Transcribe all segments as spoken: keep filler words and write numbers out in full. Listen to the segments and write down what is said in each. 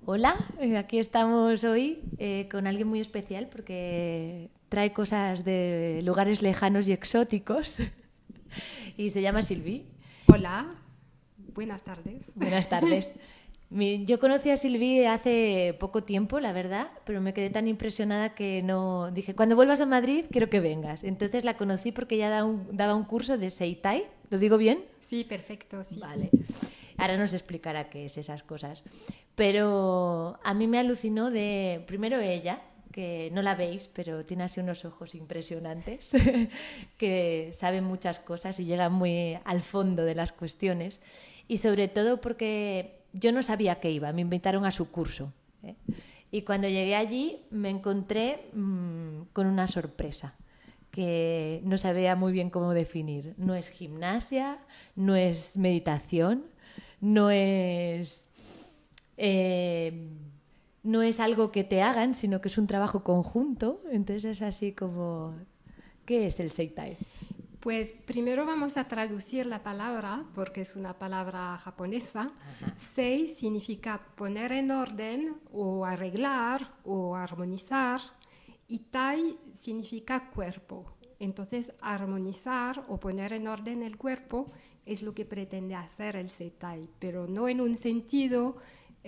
Hola, eh, aquí estamos hoy eh, con alguien muy especial porque trae cosas de lugares lejanos y exóticos y se llama Sylvie. Hola, buenas tardes. Buenas tardes. Mi- Yo conocí a Sylvie hace poco tiempo, la verdad, pero me quedé tan impresionada que no dije, cuando vuelvas a Madrid quiero que vengas. Entonces la conocí porque ella da un- daba un curso de Seitai, ¿lo digo bien? Sí, perfecto, sí, Vale. sí. Ahora nos explicará qué es esas cosas. Pero a mí me alucinó de, primero ella, que no la veis, pero tiene así unos ojos impresionantes, que sabe muchas cosas y llega muy al fondo de las cuestiones. Y sobre todo porque yo no sabía que iba, me invitaron a su curso. ¿eh? Y cuando llegué allí me encontré mmm, con una sorpresa que no sabía muy bien cómo definir. No es gimnasia, no es meditación, no es eh, no es algo que te hagan, sino que es un trabajo conjunto. Entonces es así como, ¿qué es el Seitai? Pues primero vamos a traducir la palabra porque es una palabra japonesa. Sei significa poner en orden o arreglar o armonizar y Tai significa cuerpo. Entonces armonizar o poner en orden el cuerpo es lo que pretende hacer el Seitai, pero no en un sentido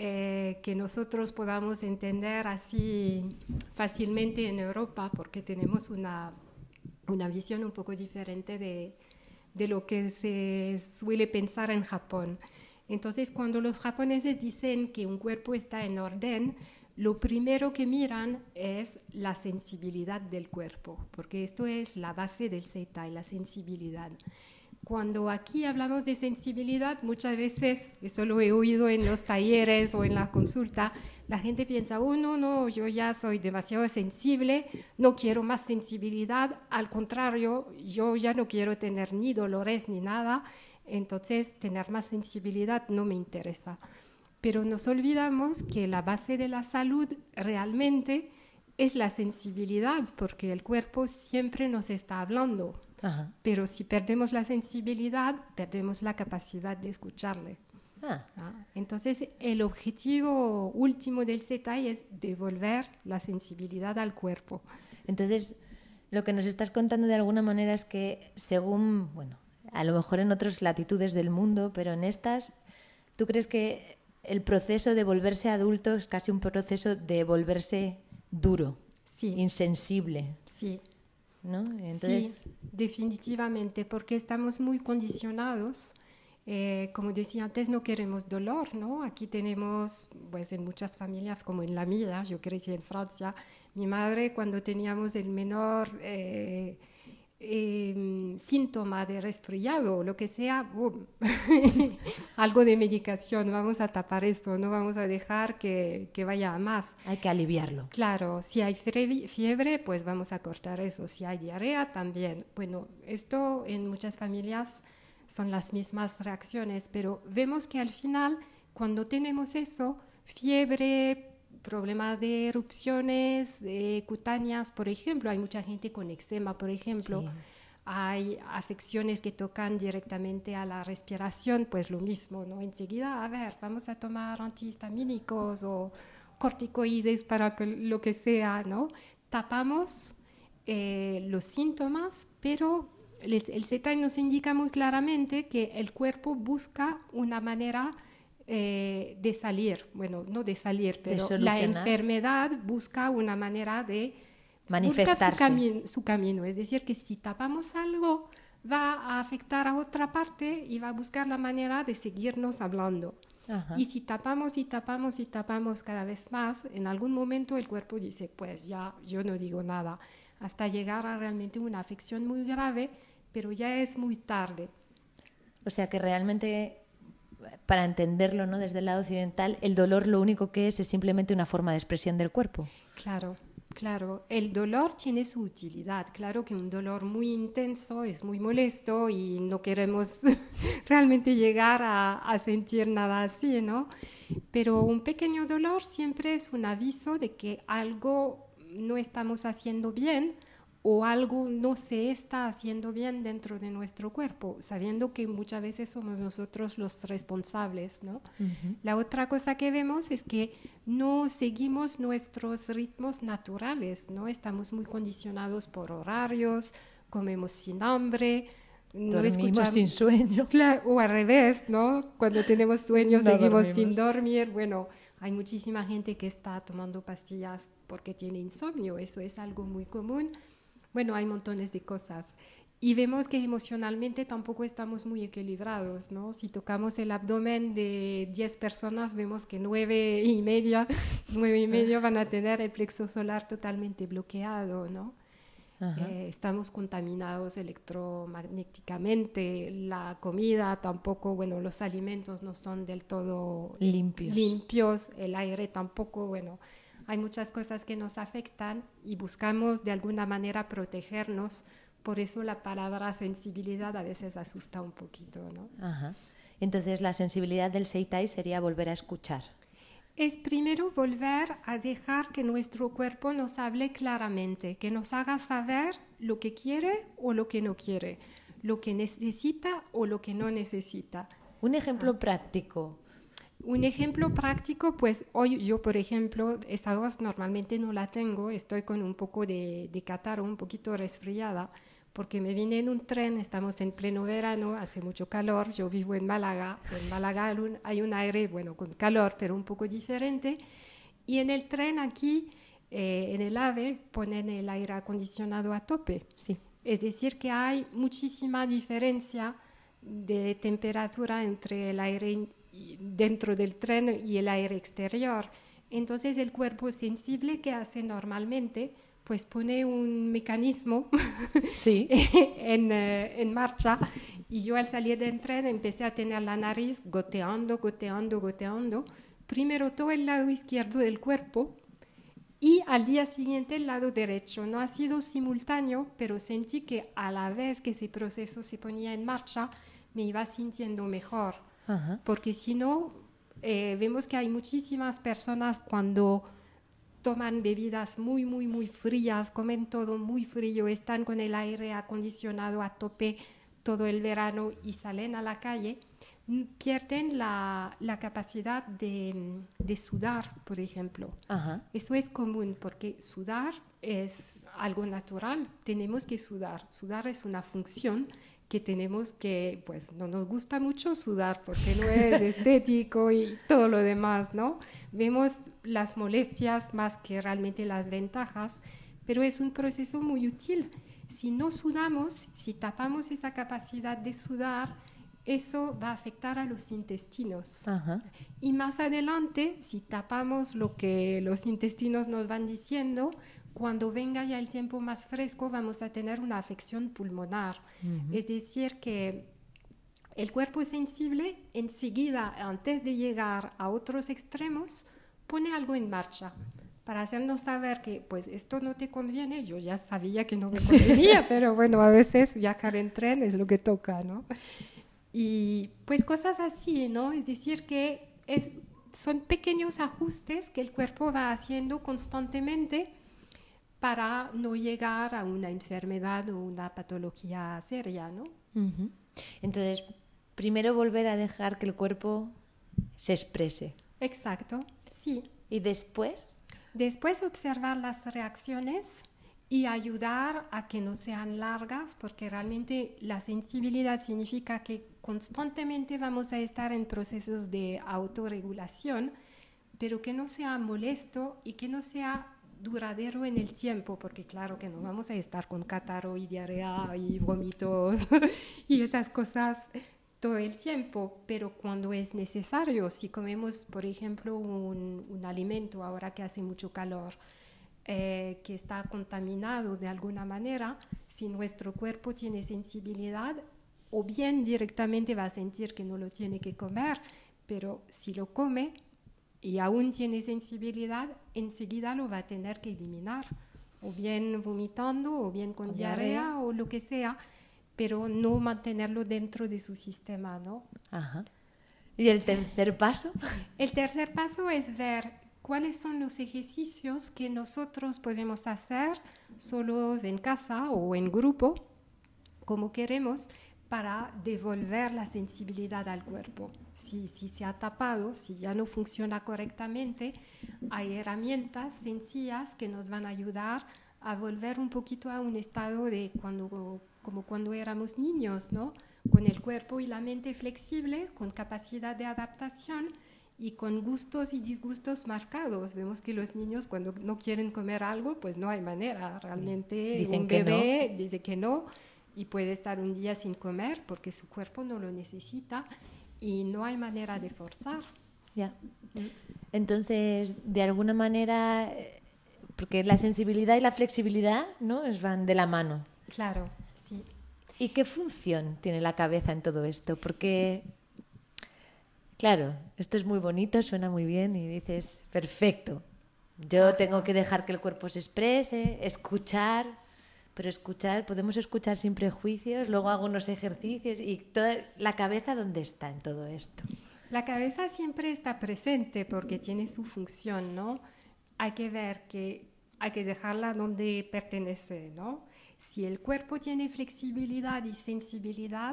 eh, que nosotros podamos entender así fácilmente en Europa porque tenemos una una visión un poco diferente de, de lo que se suele pensar en Japón. Entonces, cuando los japoneses dicen que un cuerpo está en orden, lo primero que miran es la sensibilidad del cuerpo, porque esto es la base del Seitai, la sensibilidad. Cuando aquí hablamos de sensibilidad, muchas veces, eso lo he oído en los talleres o en la consulta, la gente piensa, oh, no, no, yo ya soy demasiado sensible, no quiero más sensibilidad, al contrario, yo ya no quiero tener ni dolores ni nada, entonces tener más sensibilidad no me interesa. Pero nos olvidamos que la base de la salud realmente es la sensibilidad, porque el cuerpo siempre nos está hablando. Ajá. Pero si perdemos la sensibilidad, perdemos la capacidad de escucharle. Ah. ¿Ah? Entonces, el objetivo último del Seitai es devolver la sensibilidad al cuerpo. Entonces, lo que nos estás contando de alguna manera es que según, bueno, a lo mejor en otras latitudes del mundo, pero en estas, ¿tú crees que el proceso de volverse adulto es casi un proceso de volverse duro, Sí, insensible, sí. ¿no? Sí, Entonces, definitivamente, porque estamos muy condicionados. Eh, como decía antes, no queremos dolor, ¿no? Aquí tenemos, pues en muchas familias, como en la mía, yo crecí en Francia, mi madre cuando teníamos el menor eh, eh, síntoma de resfriado o lo que sea, ¡boom! Algo de medicación, vamos a tapar esto, no vamos a dejar que, que vaya a más. hay que aliviarlo. Claro, si hay fiebre, pues vamos a cortar eso. Si hay diarrea, también. Bueno, esto en muchas familias son las mismas reacciones, pero vemos que al final, cuando tenemos eso, fiebre, problemas de erupciones eh, cutáneas, por ejemplo, hay mucha gente con eczema, por ejemplo, Sí. hay afecciones que tocan directamente a la respiración, pues lo mismo, ¿no? Enseguida, a ver, vamos a tomar antihistamínicos o corticoides para que, lo que sea, ¿no? Tapamos eh, los síntomas, pero el, el Seitai nos indica muy claramente que el cuerpo busca una manera eh, de salir, bueno, no de salir, De pero la solucionar, enfermedad busca una manera de, busca su, manifestarse. cami su camino, es decir, que si tapamos algo, va a afectar a otra parte y va a buscar la manera de seguirnos hablando. Ajá. Y si tapamos y tapamos y tapamos cada vez más, en algún momento el cuerpo dice, pues ya yo no digo nada, hasta llegar a realmente una afección muy grave, pero ya es muy tarde. O sea que realmente, para entenderlo, ¿no? Desde el lado occidental, el dolor lo único que es es simplemente una forma de expresión del cuerpo. Claro, claro, el dolor tiene su utilidad. Claro que un dolor muy intenso es muy molesto y no queremos realmente llegar a, a sentir nada así, ¿no? Pero un pequeño dolor siempre es un aviso de que algo no estamos haciendo bien o algo no se está haciendo bien dentro de nuestro cuerpo, sabiendo que muchas veces somos nosotros los responsables, ¿no? Uh-huh. La otra cosa que vemos es que no seguimos nuestros ritmos naturales, ¿no? Estamos muy condicionados por horarios, comemos sin hambre, no dormimos sin sueño. Claro, o al revés, ¿no? Cuando tenemos sueño no seguimos dormimos. sin dormir. Bueno, hay muchísima gente que está tomando pastillas porque tiene insomnio, eso es algo muy común. Bueno, hay montones de cosas. Y vemos que emocionalmente tampoco estamos muy equilibrados, ¿no? Si tocamos el abdomen de diez personas, vemos que nueve y media, nueve y medio van a tener el plexo solar totalmente bloqueado, ¿no? Eh, estamos contaminados electromagnéticamente, la comida tampoco, bueno, los alimentos no son del todo limpios. limpios, el aire tampoco, bueno, hay muchas cosas que nos afectan y buscamos de alguna manera protegernos, por eso la palabra sensibilidad a veces asusta un poquito, ¿no? Ajá. Entonces la sensibilidad del Seitai sería volver a escuchar. Es primero volver a dejar que nuestro cuerpo nos hable claramente, que nos haga saber lo que quiere o lo que no quiere, lo que necesita o lo que no necesita. Un ejemplo ah. práctico. Un ejemplo práctico, pues hoy yo, por ejemplo, esta voz normalmente no la tengo, estoy con un poco de, de catarro, un poquito resfriada, porque me vine en un tren, estamos en pleno verano, hace mucho calor, yo vivo en Málaga, en Málaga hay un aire, bueno, con calor, pero un poco diferente, y en el tren aquí, eh, en el AVE, ponen el aire acondicionado a tope. Sí. Es decir, que hay muchísima diferencia de temperatura entre el aire dentro del tren y el aire exterior. Entonces el cuerpo sensible, que hace normalmente, pues pone un mecanismo sí. en, eh, en marcha, y yo al salir del tren empecé a tener la nariz goteando, goteando, goteando, primero todo el lado izquierdo del cuerpo y al día siguiente el lado derecho. No ha sido simultáneo, pero sentí que a la vez que ese proceso se ponía en marcha me iba sintiendo mejor. Ajá. Porque si no, eh, vemos que hay muchísimas personas cuando toman bebidas muy, muy, muy frías, comen todo muy frío, están con el aire acondicionado a tope todo el verano y salen a la calle, pierden la, la capacidad de, de sudar, por ejemplo. Ajá. Eso es común porque sudar es algo natural, tenemos que sudar. Sudar es una función que tenemos que, pues no nos gusta mucho sudar porque no es estético y todo lo demás, ¿no? Vemos las molestias más que realmente las ventajas, pero es un proceso muy útil. Si no sudamos, si tapamos esa capacidad de sudar, eso va a afectar a los intestinos. Ajá. Y más adelante, si tapamos lo que los intestinos nos van diciendo, cuando venga ya el tiempo más fresco vamos a tener una afección pulmonar. Uh-huh. Es decir, que el cuerpo sensible enseguida, antes de llegar a otros extremos, pone algo en marcha para hacernos saber que pues esto no te conviene. Yo ya sabía que no me convenía, pero bueno, a veces viajar en tren es lo que toca, ¿no? Y pues cosas así, ¿no? Es decir, que es, son pequeños ajustes que el cuerpo va haciendo constantemente para no llegar a una enfermedad o una patología seria, ¿no? Uh-huh. Entonces, primero volver a dejar que el cuerpo se exprese. Exacto, sí. ¿Y después? Después observar las reacciones y ayudar a que no sean largas, porque realmente la sensibilidad significa que constantemente vamos a estar en procesos de autorregulación, pero que no sea molesto y que no sea duradero en el tiempo, porque claro que no vamos a estar con catarro y diarrea y vómitos y esas cosas todo el tiempo, pero cuando es necesario, si comemos, por ejemplo, un, un alimento ahora que hace mucho calor, eh, que está contaminado de alguna manera, si nuestro cuerpo tiene sensibilidad, o bien directamente va a sentir que no lo tiene que comer, pero si lo come y aún tiene sensibilidad, enseguida lo va a tener que eliminar, o bien vomitando, o bien con diarrea, diarrea, o lo que sea, pero no mantenerlo dentro de su sistema, ¿no? Ajá. ¿Y el tercer paso? El tercer paso es ver cuáles son los ejercicios que nosotros podemos hacer solos en casa o en grupo, como queremos, para devolver la sensibilidad al cuerpo. Si, si se ha tapado, si ya no funciona correctamente, hay herramientas sencillas que nos van a ayudar a volver un poquito a un estado de cuando, como cuando éramos niños, ¿no? Con el cuerpo y la mente flexibles, con capacidad de adaptación y con gustos y disgustos marcados. Vemos que los niños cuando no quieren comer algo, pues no hay manera. Realmente Dicen un que bebé no. dice que no y puede estar un día sin comer porque su cuerpo no lo necesita y no hay manera de forzar. Ya. Entonces, de alguna manera, porque la sensibilidad y la flexibilidad, ¿no?, van de la mano. Claro, sí. ¿Y qué función tiene la cabeza en todo esto? Porque, claro, esto es muy bonito, suena muy bien y dices, perfecto, yo Ajá. tengo que dejar que el cuerpo se exprese, escuchar, pero escuchar, podemos escuchar sin prejuicios, luego hago unos ejercicios y toda la cabeza, ¿dónde está en todo esto? La cabeza siempre está presente porque tiene su función, ¿no? Hay que ver que hay que dejarla donde pertenece, ¿no? Si el cuerpo tiene flexibilidad y sensibilidad,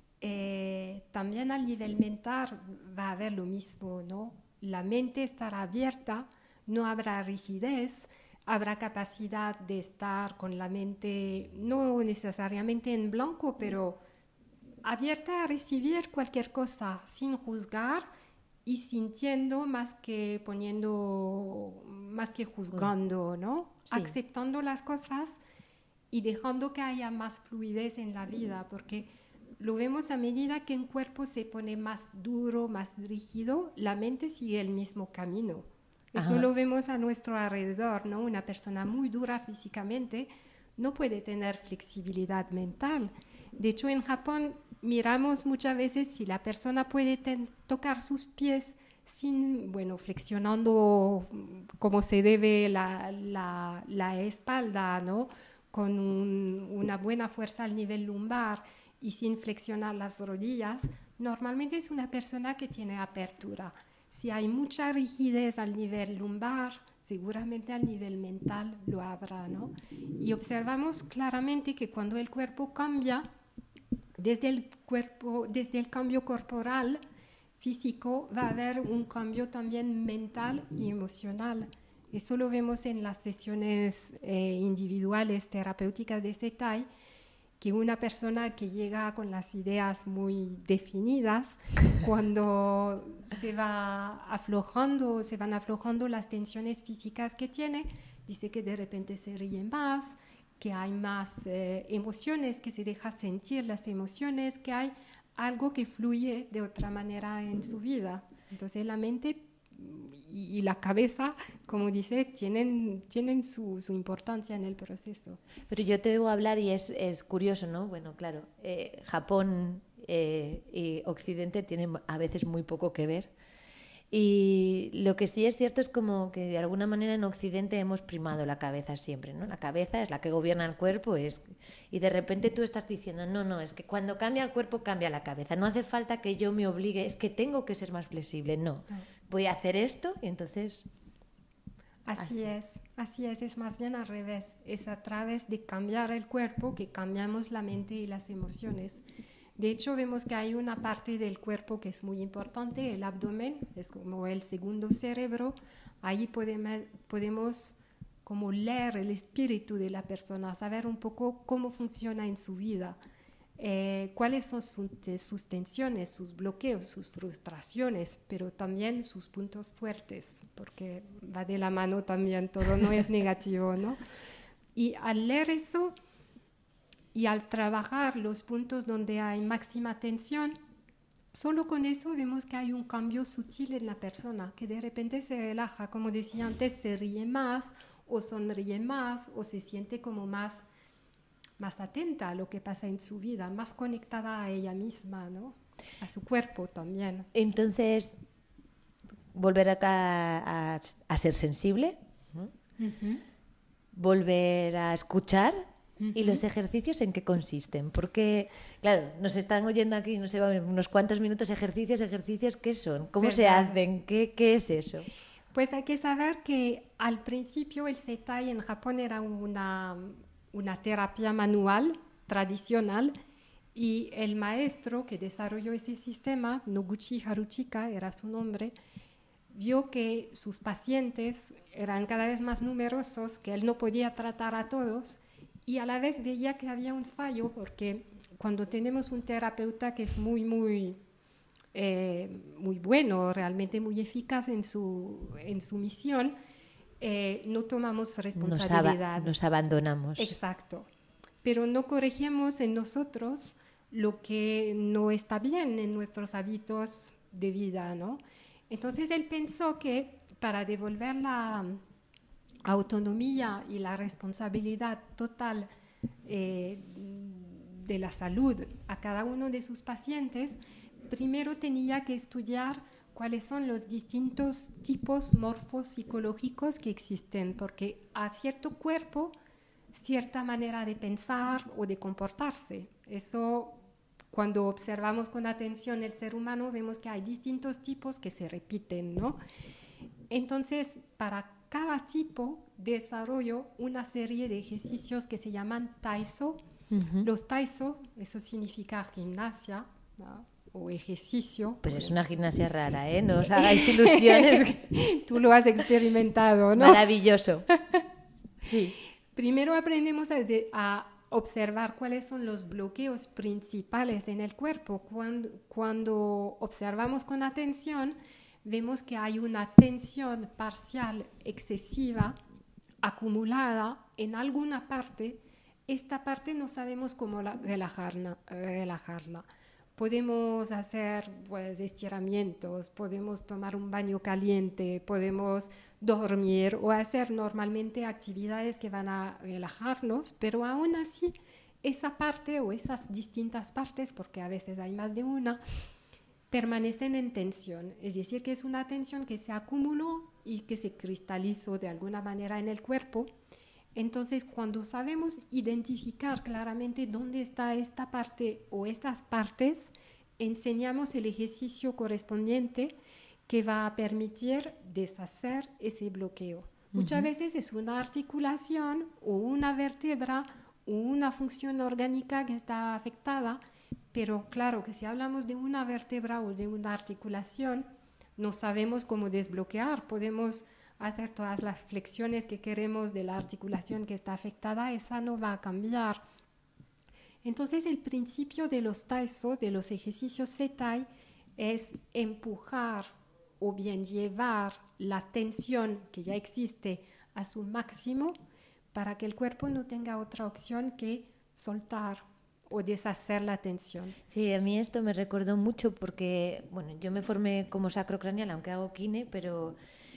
eh, también al nivel mental va a haber lo mismo, ¿no? La mente estará abierta, no habrá rigidez, habrá capacidad de estar con la mente, no necesariamente en blanco, pero abierta a recibir cualquier cosa sin juzgar y sintiendo más que poniendo, más que juzgando, ¿no? Sí. Aceptando las cosas y dejando que haya más fluidez en la vida, porque lo vemos a medida que el cuerpo se pone más duro, más rígido, la mente sigue el mismo camino. Eso Ajá. lo vemos a nuestro alrededor, ¿no? Una persona muy dura físicamente no puede tener flexibilidad mental. De hecho, en Japón miramos muchas veces si la persona puede ten- tocar sus pies sin, bueno, flexionando como se debe la, la, la espalda, ¿no? Con un, una buena fuerza al nivel lumbar y sin flexionar las rodillas, normalmente es una persona que tiene apertura. Si hay mucha rigidez al nivel lumbar, seguramente al nivel mental lo habrá, ¿no? Y observamos claramente que cuando el cuerpo cambia, desde el cuerpo, desde el cambio corporal, físico, va a haber un cambio también mental y emocional. Eso lo vemos en las sesiones eh, individuales terapéuticas de Setai, que una persona que llega con las ideas muy definidas, cuando se va aflojando, se van aflojando las tensiones físicas que tiene, dice que de repente se ríe más, que hay más eh, emociones, que se deja sentir las emociones, que hay algo que fluye de otra manera en su vida. Entonces la mente y, y la cabeza, como dice, tienen, tienen su, su importancia en el proceso. Pero yo te debo hablar y es, es curioso, ¿no? Bueno, claro, eh, Japón eh, y Occidente tienen a veces muy poco que ver. Y lo que sí es cierto es como que de alguna manera en Occidente hemos primado la cabeza siempre, ¿no? La cabeza es la que gobierna el cuerpo, es... y de repente tú estás diciendo, no, no, es que cuando cambia el cuerpo cambia la cabeza, no hace falta que yo me obligue, es que tengo que ser más flexible, no, No. voy a hacer esto y entonces... Así, Así. es, así es, es más bien al revés, es a través de cambiar el cuerpo que cambiamos la mente y las emociones. De hecho, vemos que hay una parte del cuerpo que es muy importante, el abdomen, es como el segundo cerebro. Ahí podemos, podemos como leer el espíritu de la persona, saber un poco cómo funciona en su vida, eh, cuáles son sus, sus tensiones, sus bloqueos, sus frustraciones, pero también sus puntos fuertes, porque va de la mano también, todo no es negativo, ¿no? Y al leer eso... Y al trabajar los puntos donde hay máxima tensión, solo con eso vemos que hay un cambio sutil en la persona, que de repente se relaja, como decía antes, se ríe más o sonríe más o se siente como más, más atenta a lo que pasa en su vida, más conectada a ella misma, ¿no? A su cuerpo también. Entonces, volver a, a, a ser sensible, ¿no? Uh-huh. Volver a escuchar. Uh-huh. ¿Y los ejercicios en qué consisten? Porque, claro, nos están oyendo aquí, no sé, unos cuantos minutos, ejercicios, ejercicios, ¿qué son? ¿Cómo ¿verdad? Se hacen? ¿Qué, qué es eso? Pues hay que saber que al principio el Setai en Japón era una, una terapia manual tradicional y el maestro que desarrolló ese sistema, Noguchi Haruchika era su nombre, vio que sus pacientes eran cada vez más numerosos, que él no podía tratar a todos y a la vez veía que había un fallo porque cuando tenemos un terapeuta que es muy, muy... Eh, muy bueno, realmente muy eficaz en su, en su misión, eh, no tomamos responsabilidad. Nos, aba- nos abandonamos. Exacto. Pero no corregimos en nosotros lo que no está bien en nuestros hábitos de vida, ¿no? Entonces él pensó que para devolver la autonomía y la responsabilidad total eh, de la salud a cada uno de sus pacientes, primero tenía que estudiar cuáles son los distintos tipos morfopsicológicos que existen, porque a cierto cuerpo, cierta manera de pensar o de comportarse. Eso, cuando observamos con atención el ser humano, vemos que hay distintos tipos que se repiten, ¿no? Entonces, para cada tipo, desarrollo una serie de ejercicios que se llaman Taiso. Uh-huh. Los Taiso, eso significa gimnasia, ¿no? O ejercicio. Pero es una gimnasia rara, ¿eh? No os hagáis ilusiones. Tú lo has experimentado, ¿no? Maravilloso. Sí. Primero aprendemos a, de, a observar cuáles son los bloqueos principales en el cuerpo. Cuando, cuando observamos con atención, vemos que hay una tensión parcial excesiva acumulada en alguna parte. Esta parte no sabemos cómo la, relajarla, relajarla. Podemos hacer pues, estiramientos, podemos tomar un baño caliente, podemos dormir o hacer normalmente actividades que van a relajarnos, pero aún así esa parte o esas distintas partes, porque a veces hay más de una, permanecen en tensión. Es decir, que es una tensión que se acumuló y que se cristalizó de alguna manera en el cuerpo. Entonces, cuando sabemos identificar claramente dónde está esta parte o estas partes, enseñamos el ejercicio correspondiente que va a permitir deshacer ese bloqueo. Uh-huh. Muchas veces es una articulación o una vértebra o una función orgánica que está afectada, pero claro que si hablamos de una vértebra o de una articulación, no sabemos cómo desbloquear. Podemos hacer todas las flexiones que queremos de la articulación que está afectada, esa no va a cambiar. Entonces el principio de los Taiso, de los ejercicios Setai, es empujar o bien llevar la tensión que ya existe a su máximo para que el cuerpo no tenga otra opción que soltar o deshacer la tensión. Sí, a mí esto me recordó mucho porque, bueno, yo me formé como sacrocranial, aunque hago kine, pero...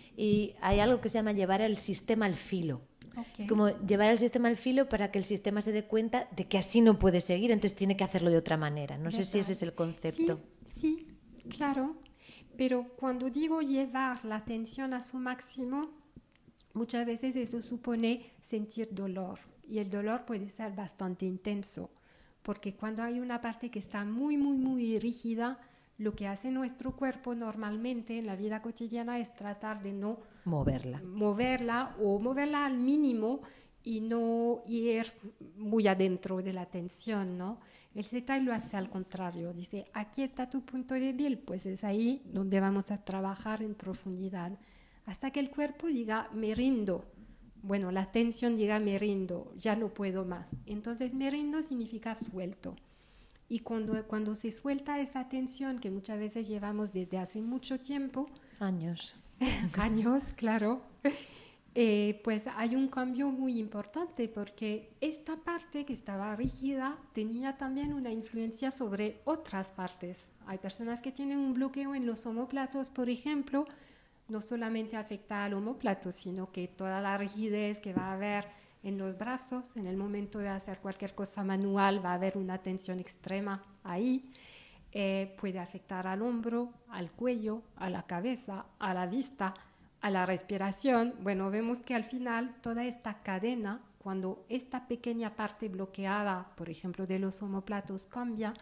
Y hay algo que se llama llevar el sistema al filo. Okay. Es como llevar el sistema al filo para que el sistema se dé cuenta de que así no puede seguir, entonces tiene que hacerlo de otra manera. No ¿verdad? Sé si ese es el concepto. Sí, sí, claro. Pero cuando digo llevar la tensión a su máximo, muchas veces eso supone sentir dolor. Y el dolor puede ser bastante intenso, porque cuando hay una parte que está muy, muy, muy rígida, lo que hace nuestro cuerpo normalmente en la vida cotidiana es tratar de no moverla, moverla o moverla al mínimo y no ir muy adentro de la tensión, ¿no? El Setai lo hace al contrario, dice, aquí está tu punto débil, pues es ahí donde vamos a trabajar en profundidad, hasta que el cuerpo diga, me rindo. Bueno, la tensión diga, me rindo, ya no puedo más. Entonces, me rindo significa suelto. Y cuando, cuando se suelta esa tensión que muchas veces llevamos desde hace mucho tiempo, años, años, claro, eh, pues hay un cambio muy importante porque esta parte que estaba rígida tenía también una influencia sobre otras partes. Hay personas que tienen un bloqueo en los omóplatos, por ejemplo, no solamente afecta al omóplato, sino que toda la rigidez que va a haber en los brazos, en el momento de hacer cualquier cosa manual va a haber una tensión extrema ahí, eh, puede afectar al hombro, al cuello, a la cabeza, a la vista, a la respiración. Bueno, vemos que al final toda esta cadena, cuando esta pequeña parte bloqueada, por ejemplo, de los omóplatos cambia,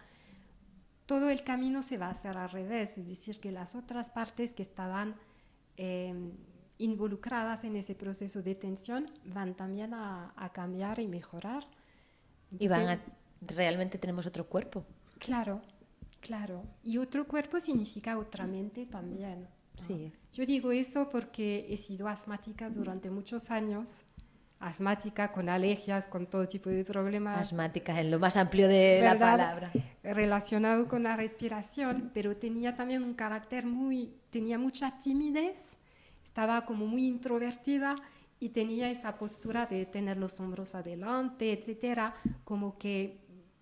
todo el camino se va a hacer al revés, es decir, que las otras partes que estaban eh, involucradas en ese proceso de tensión van también a, a cambiar y mejorar. Entonces, y van a, realmente tenemos otro cuerpo. Claro, claro. Y otro cuerpo significa otra mente también, ¿no? Sí. Yo digo eso porque he sido asmática durante muchos años. Asmática, con alergias, con todo tipo de problemas. Asmática, en lo más amplio de ¿verdad? La palabra. Relacionado con la respiración, pero tenía también un carácter muy, tenía mucha timidez, estaba como muy introvertida y tenía esa postura de tener los hombros adelante, etcétera, como que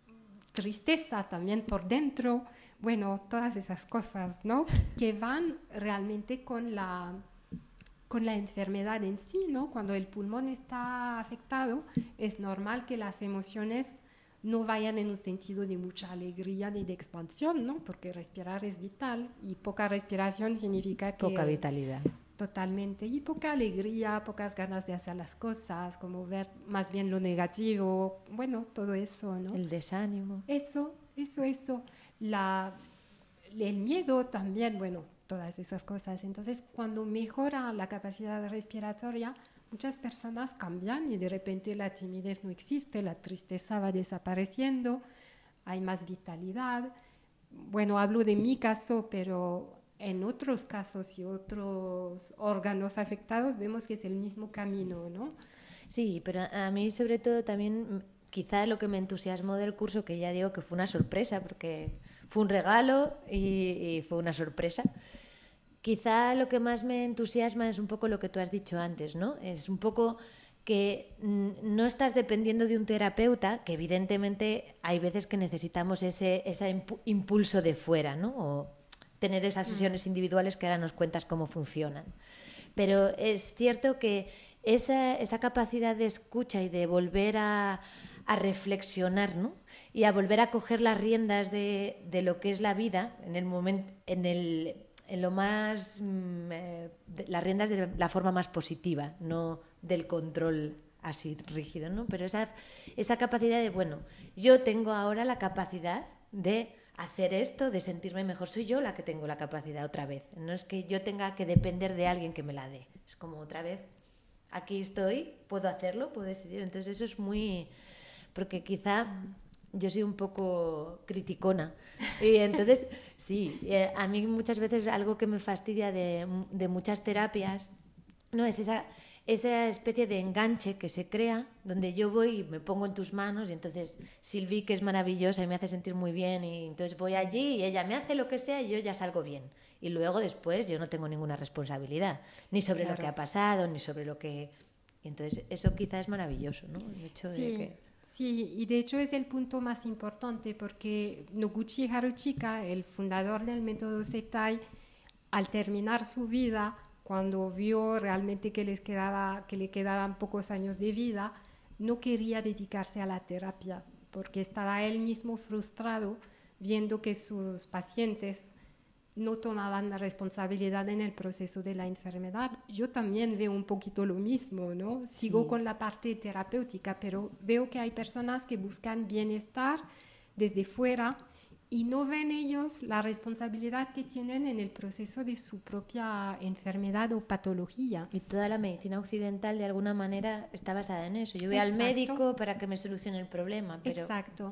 tristeza también por dentro, bueno, todas esas cosas, ¿no? Que van realmente con la... con la enfermedad en sí, ¿no? Cuando el pulmón está afectado, es normal que las emociones no vayan en un sentido de mucha alegría ni de expansión, ¿no? Porque respirar es vital y poca respiración significa que... Poca vitalidad. Totalmente. Y poca alegría, pocas ganas de hacer las cosas, como ver más bien lo negativo, bueno, todo eso, ¿no? El desánimo. Eso, eso, eso. La, el miedo también, bueno, todas esas cosas. Entonces, cuando mejora la capacidad respiratoria, muchas personas cambian y de repente la timidez no existe, la tristeza va desapareciendo, hay más vitalidad. Bueno, hablo de mi caso, pero en otros casos y otros órganos afectados vemos que es el mismo camino, ¿no? Sí, pero a mí sobre todo también quizá lo que me entusiasmó del curso, que ya digo que fue una sorpresa, porque fue un regalo y, y fue una sorpresa. Quizá lo que más me entusiasma es un poco lo que tú has dicho antes, ¿no? Es un poco que no estás dependiendo de un terapeuta, que evidentemente hay veces que necesitamos ese, ese impulso de fuera, ¿no? O tener esas sesiones mm. individuales que ahora nos cuentas cómo funcionan. Pero es cierto que esa, esa capacidad de escucha y de volver a, a reflexionar, ¿no? Y a volver a coger las riendas de, de lo que es la vida en el momento, en el... en lo más eh, las riendas de la forma más positiva, no del control así rígido, ¿no? Pero esa, esa capacidad de, bueno, yo tengo ahora la capacidad de hacer esto, de sentirme mejor, soy yo la que tengo la capacidad otra vez, no es que yo tenga que depender de alguien que me la dé, es como otra vez, aquí estoy, puedo hacerlo, puedo decidir, entonces eso es muy, porque quizá yo soy un poco criticona y entonces sí, eh, a mí muchas veces algo que me fastidia de, de muchas terapias no es esa, esa especie de enganche que se crea donde yo voy y me pongo en tus manos y entonces Silvi, que es maravillosa y me hace sentir muy bien, y entonces voy allí y ella me hace lo que sea y yo ya salgo bien y luego después yo no tengo ninguna responsabilidad ni sobre claro. lo que ha pasado ni sobre lo que, y entonces eso quizá es maravilloso, ¿no? El hecho sí. de que Sí, y de hecho es el punto más importante porque Noguchi Haruchika, el fundador del método Setai, al terminar su vida, cuando vio realmente que, les quedaba, que le quedaban pocos años de vida, no quería dedicarse a la terapia porque estaba él mismo frustrado viendo que sus pacientes no tomaban la responsabilidad en el proceso de la enfermedad. Yo también veo un poquito lo mismo, ¿no? Sigo sí. con la parte terapéutica, pero veo que hay personas que buscan bienestar desde fuera y no ven ellos la responsabilidad que tienen en el proceso de su propia enfermedad o patología. Y toda la medicina occidental de alguna manera está basada en eso. Yo voy Exacto. al médico para que me solucione el problema. Pero... Exacto.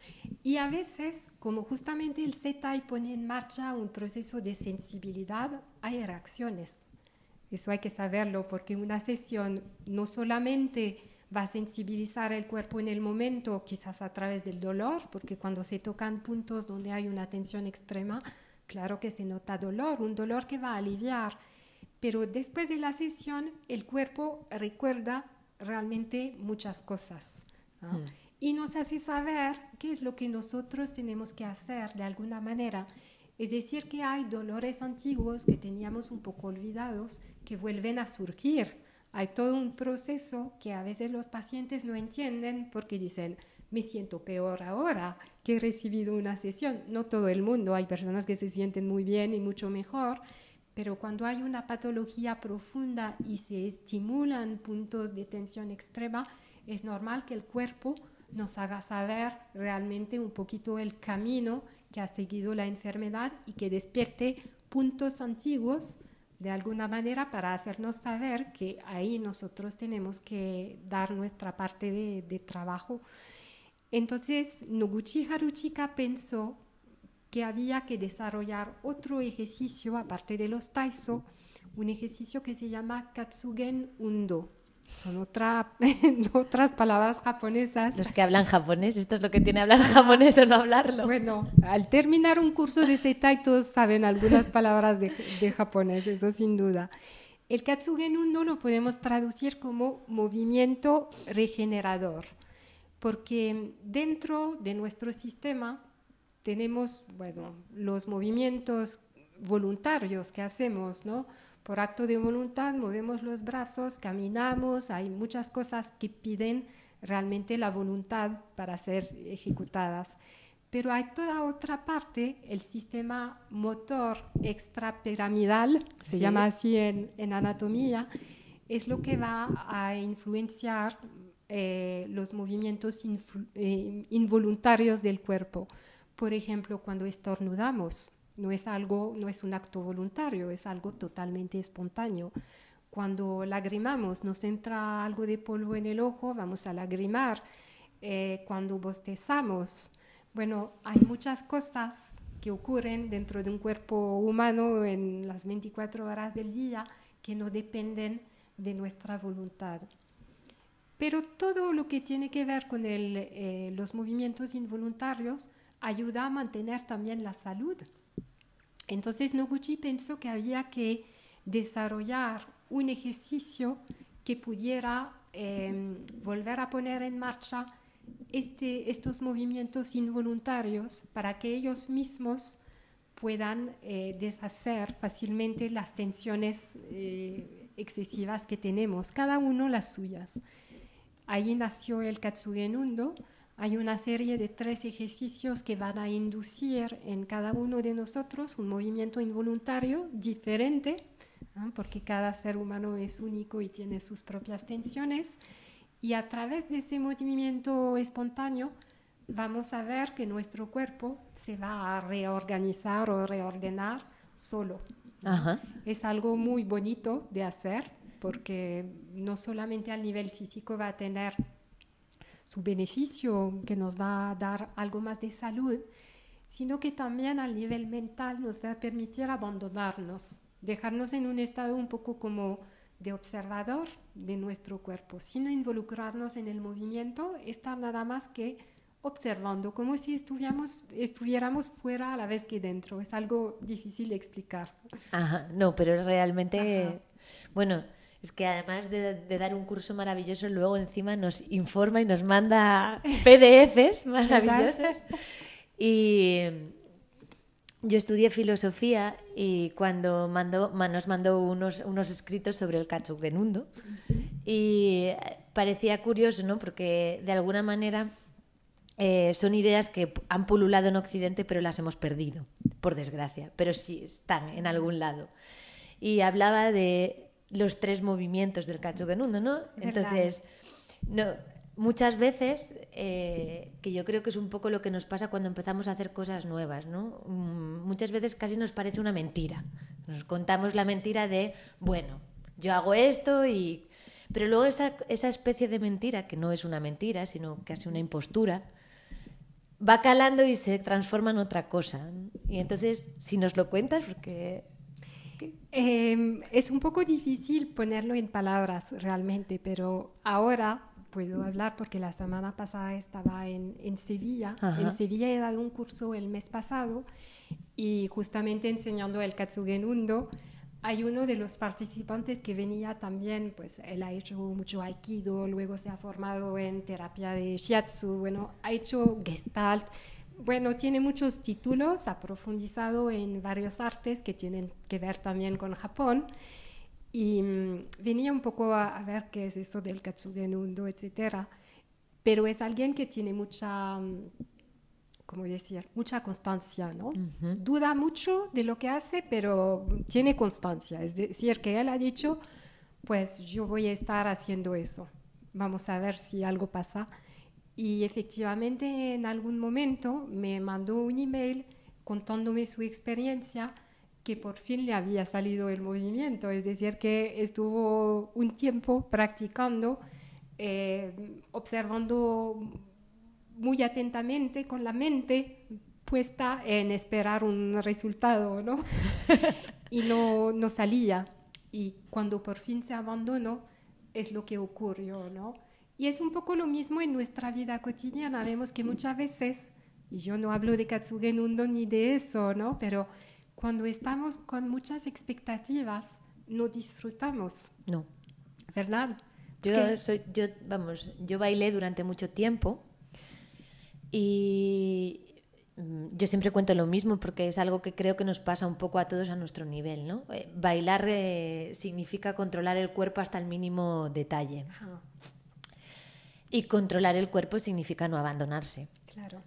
Y a veces, como justamente el Setai pone en marcha un proceso de sensibilidad, hay reacciones. Eso hay que saberlo porque una sesión no solamente va a sensibilizar el cuerpo en el momento, quizás a través del dolor, porque cuando se tocan puntos donde hay una tensión extrema, claro que se nota dolor, un dolor que va a aliviar. Pero después de la sesión, el cuerpo recuerda realmente muchas cosas, ¿no? Mm. Y nos hace saber qué es lo que nosotros tenemos que hacer de alguna manera. Es decir, que hay dolores antiguos que teníamos un poco olvidados que vuelven a surgir. Hay todo un proceso que a veces los pacientes no entienden porque dicen, me siento peor ahora que he recibido una sesión. No todo el mundo, hay personas que se sienten muy bien y mucho mejor, pero cuando hay una patología profunda y se estimulan puntos de tensión extrema, es normal que el cuerpo nos haga saber realmente un poquito el camino que ha seguido la enfermedad y que despierte puntos antiguos de alguna manera para hacernos saber que ahí nosotros tenemos que dar nuestra parte de, de trabajo. Entonces, Noguchi Haruchika pensó que había que desarrollar otro ejercicio, aparte de los Taiso, un ejercicio que se llama Katsugen Undo. Son otra, otras palabras japonesas. Los que hablan japonés, esto es lo que tiene hablar japonés o no hablarlo. Bueno, al terminar un curso de Setai todos saben algunas palabras de, de japonés, eso sin duda. El Katsugen Undo lo podemos traducir como movimiento regenerador, porque dentro de nuestro sistema tenemos, bueno, los movimientos voluntarios que hacemos, ¿no? Por acto de voluntad movemos los brazos, caminamos, hay muchas cosas que piden realmente la voluntad para ser ejecutadas. Pero hay toda otra parte, el sistema motor extrapiramidal, se Sí. llama así en, en anatomía, es lo que va a influenciar eh, los movimientos influ- eh, involuntarios del cuerpo. Por ejemplo, cuando estornudamos, no es algo, no es un acto voluntario, es algo totalmente espontáneo. Cuando lagrimamos, nos entra algo de polvo en el ojo, vamos a lagrimar. Eh, cuando bostezamos, bueno, hay muchas cosas que ocurren dentro de un cuerpo humano en las veinticuatro horas del día que no dependen de nuestra voluntad. Pero todo lo que tiene que ver con el, eh, los movimientos involuntarios ayuda a mantener también la salud. Entonces Noguchi pensó que había que desarrollar un ejercicio que pudiera eh, volver a poner en marcha este, estos movimientos involuntarios para que ellos mismos puedan eh, deshacer fácilmente las tensiones eh, excesivas que tenemos, cada uno las suyas. Ahí nació el Katsugen Undo. Hay una serie de tres ejercicios que van a inducir en cada uno de nosotros un movimiento involuntario diferente, ¿no? Porque cada ser humano es único y tiene sus propias tensiones. Y a través de ese movimiento espontáneo vamos a ver que nuestro cuerpo se va a reorganizar o reordenar solo. Ajá. Es algo muy bonito de hacer porque no solamente al nivel físico va a tener su beneficio, que nos va a dar algo más de salud, sino que también al nivel mental nos va a permitir abandonarnos, dejarnos en un estado un poco como de observador de nuestro cuerpo, sin involucrarnos en el movimiento, estar nada más que observando, como si estuviéramos, estuviéramos fuera a la vez que dentro. Es algo difícil de explicar. Ajá, no, pero realmente, Ajá. bueno, es que además de, de dar un curso maravilloso, luego encima nos informa y nos manda P D Efes maravillosos. Y yo estudié filosofía y cuando mandó, ma- nos mandó unos, unos escritos sobre el Katsugen Undo y parecía curioso, ¿no? Porque de alguna manera eh, son ideas que han pululado en Occidente pero las hemos perdido, por desgracia, pero sí están en algún lado. Y hablaba de los tres movimientos del Katsugen Undo, ¿no? Entonces, no, muchas veces, eh, que yo creo que es un poco lo que nos pasa cuando empezamos a hacer cosas nuevas, ¿no? Mm, muchas veces casi nos parece una mentira. Nos contamos la mentira de, bueno, yo hago esto y... Pero luego esa, esa especie de mentira, que no es una mentira, sino casi una impostura, va calando y se transforma en otra cosa. Y entonces, si nos lo cuentas, porque... Eh, es un poco difícil ponerlo en palabras realmente, pero ahora puedo hablar porque la semana pasada estaba en, en Sevilla. Ajá. En Sevilla he dado un curso el mes pasado y justamente enseñando el Katsugen Undo, hay uno de los participantes que venía también, pues él ha hecho mucho aikido, luego se ha formado en terapia de shiatsu, bueno, ha hecho gestalt. Bueno, tiene muchos títulos, ha profundizado en varios artes que tienen que ver también con Japón y mmm, venía un poco a, a ver qué es esto del Katsugen Undo, etcétera. Pero es alguien que tiene mucha, ¿cómo decir? Mucha constancia, ¿no? Uh-huh. Duda mucho de lo que hace, pero tiene constancia. Es decir, que él ha dicho, pues yo voy a estar haciendo eso. Vamos a ver si algo pasa. Y efectivamente en algún momento me mandó un email contándome su experiencia, que por fin le había salido el movimiento, es decir, que estuvo un tiempo practicando, eh, observando muy atentamente con la mente puesta en esperar un resultado, ¿no? Y no, no salía. Y cuando por fin se abandonó, es lo que ocurrió, ¿no? Y es un poco lo mismo en nuestra vida cotidiana. Vemos que muchas veces, y yo no hablo de Katsugen Undo ni de eso, ¿no? Pero cuando estamos con muchas expectativas, no disfrutamos. No. ¿Verdad? Yo, soy, yo, vamos, yo bailé durante mucho tiempo y yo siempre cuento lo mismo porque es algo que creo que nos pasa un poco a todos a nuestro nivel, ¿no? Eh, bailar eh, significa controlar el cuerpo hasta el mínimo detalle. Ajá. Y controlar el cuerpo significa no abandonarse. Claro.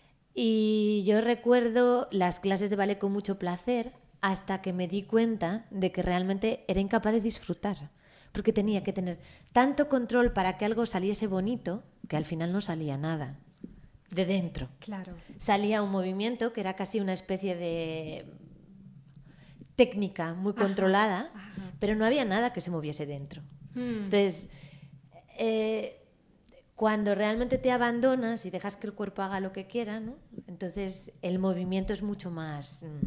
Y yo recuerdo las clases de ballet con mucho placer hasta que me di cuenta de que realmente era incapaz de disfrutar. Porque tenía que tener tanto control para que algo saliese bonito que al final no salía nada. De dentro. Claro. Salía un movimiento que era casi una especie de técnica muy controlada, ajá, ajá. Pero no había nada que se moviese dentro. Hmm. Entonces, eh, cuando realmente te abandonas y dejas que el cuerpo haga lo que quiera, ¿no? Entonces el movimiento es mucho más mm,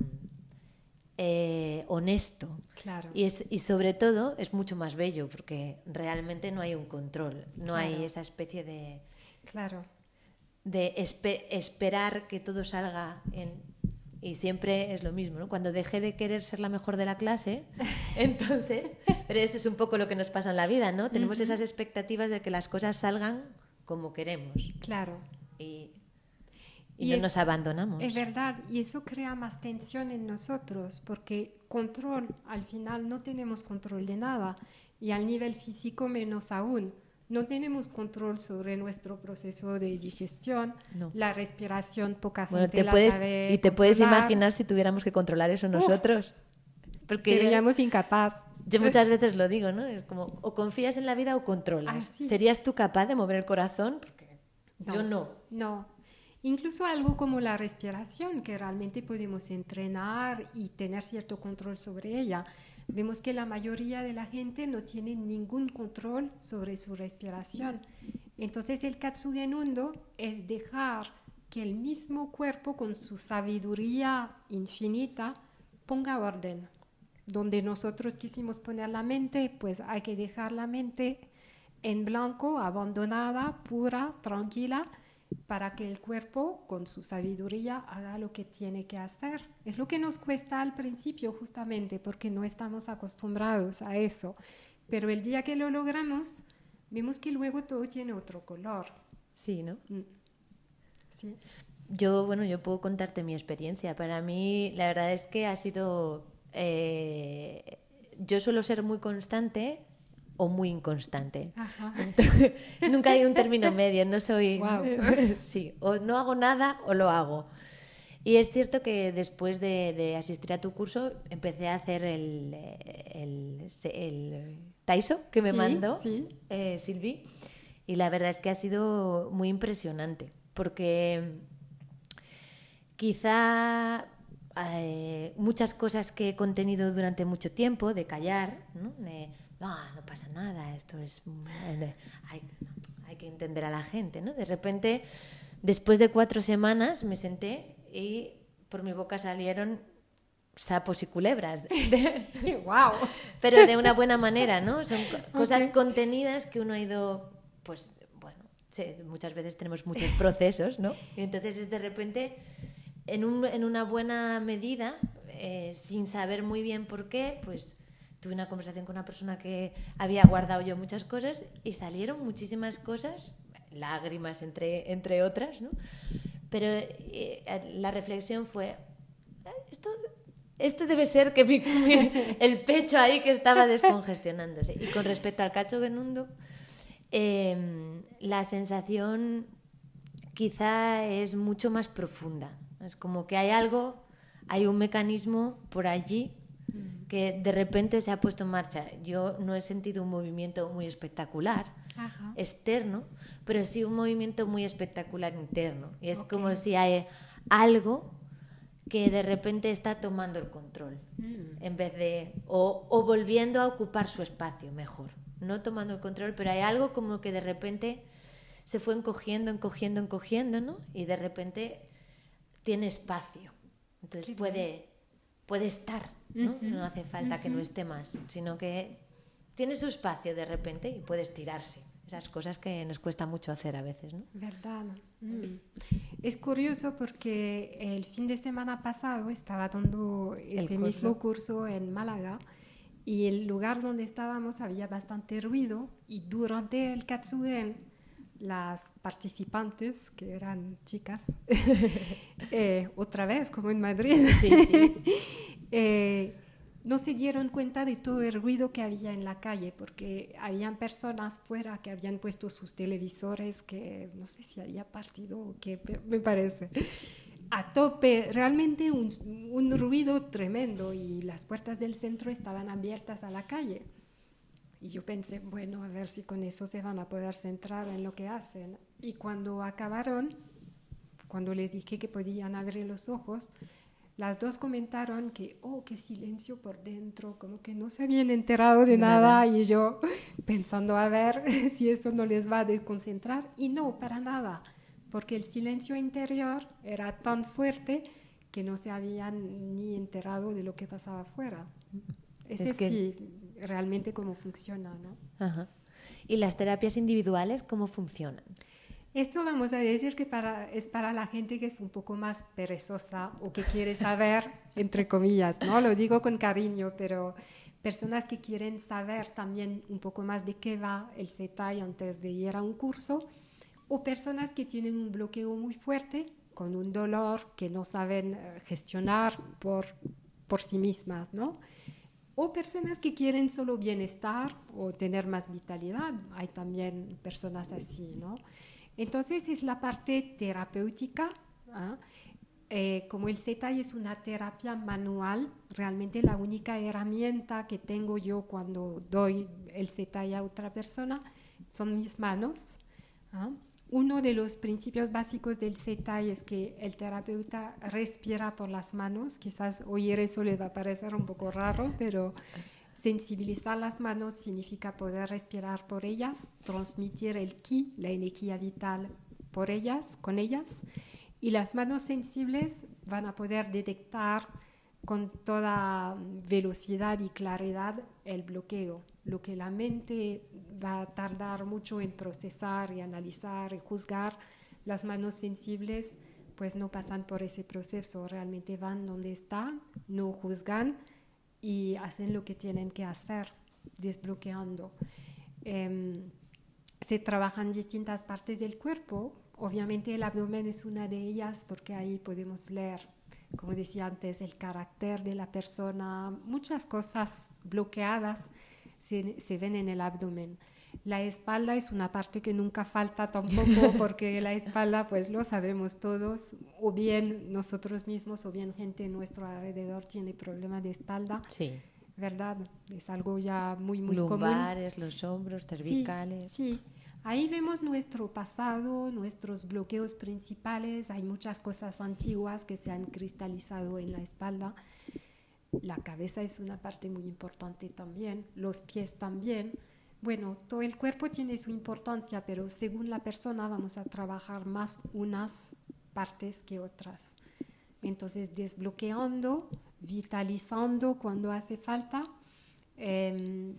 eh, honesto. Claro. Y, es, y sobre todo es mucho más bello porque realmente no hay un control, no claro. hay esa especie de... Claro. de espe- esperar que todo salga en... Y siempre es lo mismo, ¿no? Cuando dejé de querer ser la mejor de la clase, entonces... Pero eso es un poco lo que nos pasa en la vida, ¿no? Tenemos uh-huh. esas expectativas de que las cosas salgan como queremos. Claro. Y, y, y no es, nos abandonamos. Es verdad, y eso crea más tensión en nosotros, porque control, al final no tenemos control de nada, y al nivel físico menos aún. No tenemos control sobre nuestro proceso de digestión, no. La respiración, poca gente bueno, te la puedes, sabe y te controlar. Puedes imaginar si tuviéramos que controlar eso nosotros. Uf, porque seríamos incapaces. Yo muchas veces lo digo, ¿no? Es como, o confías en la vida o controlas. Ah, sí. ¿Serías tú capaz de mover el corazón? Porque no, yo no. No. Incluso algo como la respiración, que realmente podemos entrenar y tener cierto control sobre ella. Vemos que la mayoría de la gente no tiene ningún control sobre su respiración. Entonces el Katsugen Undo es dejar que el mismo cuerpo con su sabiduría infinita ponga orden. Donde nosotros quisimos poner la mente, pues hay que dejar la mente en blanco, abandonada, pura, tranquila, para que el cuerpo, con su sabiduría, haga lo que tiene que hacer. Es lo que nos cuesta al principio, justamente, porque no estamos acostumbrados a eso. Pero el día que lo logramos, vemos que luego todo tiene otro color. Sí, ¿no? Mm. Sí. Yo, bueno, yo puedo contarte mi experiencia. Para mí, la verdad es que ha sido... Eh, yo suelo ser muy constante o muy inconstante. Ajá. Entonces, nunca hay un término medio, no soy... Wow. Sí, o no hago nada o lo hago. Y es cierto que después de, de asistir a tu curso empecé a hacer el, el, el, el Taiso que me sí, mandó sí. eh, Silvi, y la verdad es que ha sido muy impresionante porque quizá eh, muchas cosas que he contenido durante mucho tiempo de callar, ¿no? De, no, no pasa nada, esto es... Hay, hay que entender a la gente, ¿no? De repente, después de cuatro semanas, me senté y por mi boca salieron sapos y culebras. De, ¡Wow! Pero de una buena manera, ¿no? Son cosas okay. contenidas que uno ha ido, pues, bueno, muchas veces tenemos muchos procesos, ¿no? Y entonces es de repente, en, un, en una buena medida, eh, sin saber muy bien por qué, pues... Tuve una conversación con una persona que había guardado yo muchas cosas y salieron muchísimas cosas, lágrimas entre, entre otras, ¿no? Pero eh, la reflexión fue, esto, esto debe ser que mi, mi, el pecho ahí que estaba descongestionándose. Y con respecto al Katsugen Undo, eh, la sensación quizá es mucho más profunda. Es como que hay algo, hay un mecanismo por allí que de repente se ha puesto en marcha. Yo no he sentido un movimiento muy espectacular, Ajá. externo, pero sí un movimiento muy espectacular interno. Y es okay. como si hay algo que de repente está tomando el control, Mm. en vez de, o, o volviendo a ocupar su espacio mejor, no tomando el control, pero hay algo como que de repente se fue encogiendo, encogiendo, encogiendo, ¿no? Y de repente tiene espacio, entonces puede, puede estar, ¿no? Uh-huh. No hace falta Uh-huh. que no esté más, sino que tiene su espacio de repente y puede estirarse. Esas cosas que nos cuesta mucho hacer a veces, ¿no? Verdad. Mm. Es curioso porque el fin de semana pasado estaba dando ese curso. mismo curso en Málaga y el lugar donde estábamos había bastante ruido y durante el Katsugen las participantes, que eran chicas, eh, otra vez como en Madrid, Sí, sí. eh, no se dieron cuenta de todo el ruido que había en la calle, porque habían personas fuera que habían puesto sus televisores, que no sé si había partido o qué, me parece, a tope, realmente un, un ruido tremendo, y las puertas del centro estaban abiertas a la calle. Y yo pensé, bueno, a ver si con eso se van a poder centrar en lo que hacen. Y cuando acabaron, cuando les dije que podían abrir los ojos, las dos comentaron que, oh, qué silencio por dentro, como que no se habían enterado de nada. nada. Y yo pensando a ver si eso no les va a desconcentrar. Y no, para nada, porque el silencio interior era tan fuerte que no se habían ni enterado de lo que pasaba afuera. Ese es que... sí, realmente cómo funciona, ¿no? Ajá. ¿Y las terapias individuales cómo funcionan? Esto vamos a decir que para, es para la gente que es un poco más perezosa o que quiere saber, entre comillas, ¿no? Lo digo con cariño, pero personas que quieren saber también un poco más de qué va el Setai antes de ir a un curso, o personas que tienen un bloqueo muy fuerte, con un dolor que no saben gestionar por, por sí mismas, ¿no? O personas que quieren solo bienestar o tener más vitalidad. Hay también personas así, ¿no? Entonces es la parte terapéutica. ¿eh? Eh, como el Setai es una terapia manual, realmente la única herramienta que tengo yo cuando doy el Setai a otra persona son mis manos. ¿eh? Uno de los principios básicos del Setai es que el terapeuta respira por las manos. Quizás oír eso le va a parecer un poco raro, pero sensibilizar las manos significa poder respirar por ellas, transmitir el ki, la energía vital, por ellas, con ellas. Y las manos sensibles van a poder detectar con toda velocidad y claridad el bloqueo. Lo que la mente va a tardar mucho en procesar y analizar y juzgar, las manos sensibles pues no pasan por ese proceso, realmente van donde están, no juzgan y hacen lo que tienen que hacer, desbloqueando. Eh, se trabajan distintas partes del cuerpo, obviamente el abdomen es una de ellas porque ahí podemos leer, como decía antes, el carácter de la persona, muchas cosas bloqueadas se, se ven en el abdomen. La espalda es una parte que nunca falta tampoco, porque la espalda, pues lo sabemos todos, o bien nosotros mismos, o bien gente a nuestro alrededor tiene problemas de espalda. Sí. ¿Verdad? Es algo ya muy, muy Lumbares, común. Lumbares, los hombros, cervicales. Sí, sí. Ahí vemos nuestro pasado, nuestros bloqueos principales. Hay muchas cosas antiguas que se han cristalizado en la espalda. La cabeza es una parte muy importante también, los pies también. Bueno, todo el cuerpo tiene su importancia, pero según la persona vamos a trabajar más unas partes que otras. Entonces, desbloqueando, vitalizando cuando hace falta. Eh,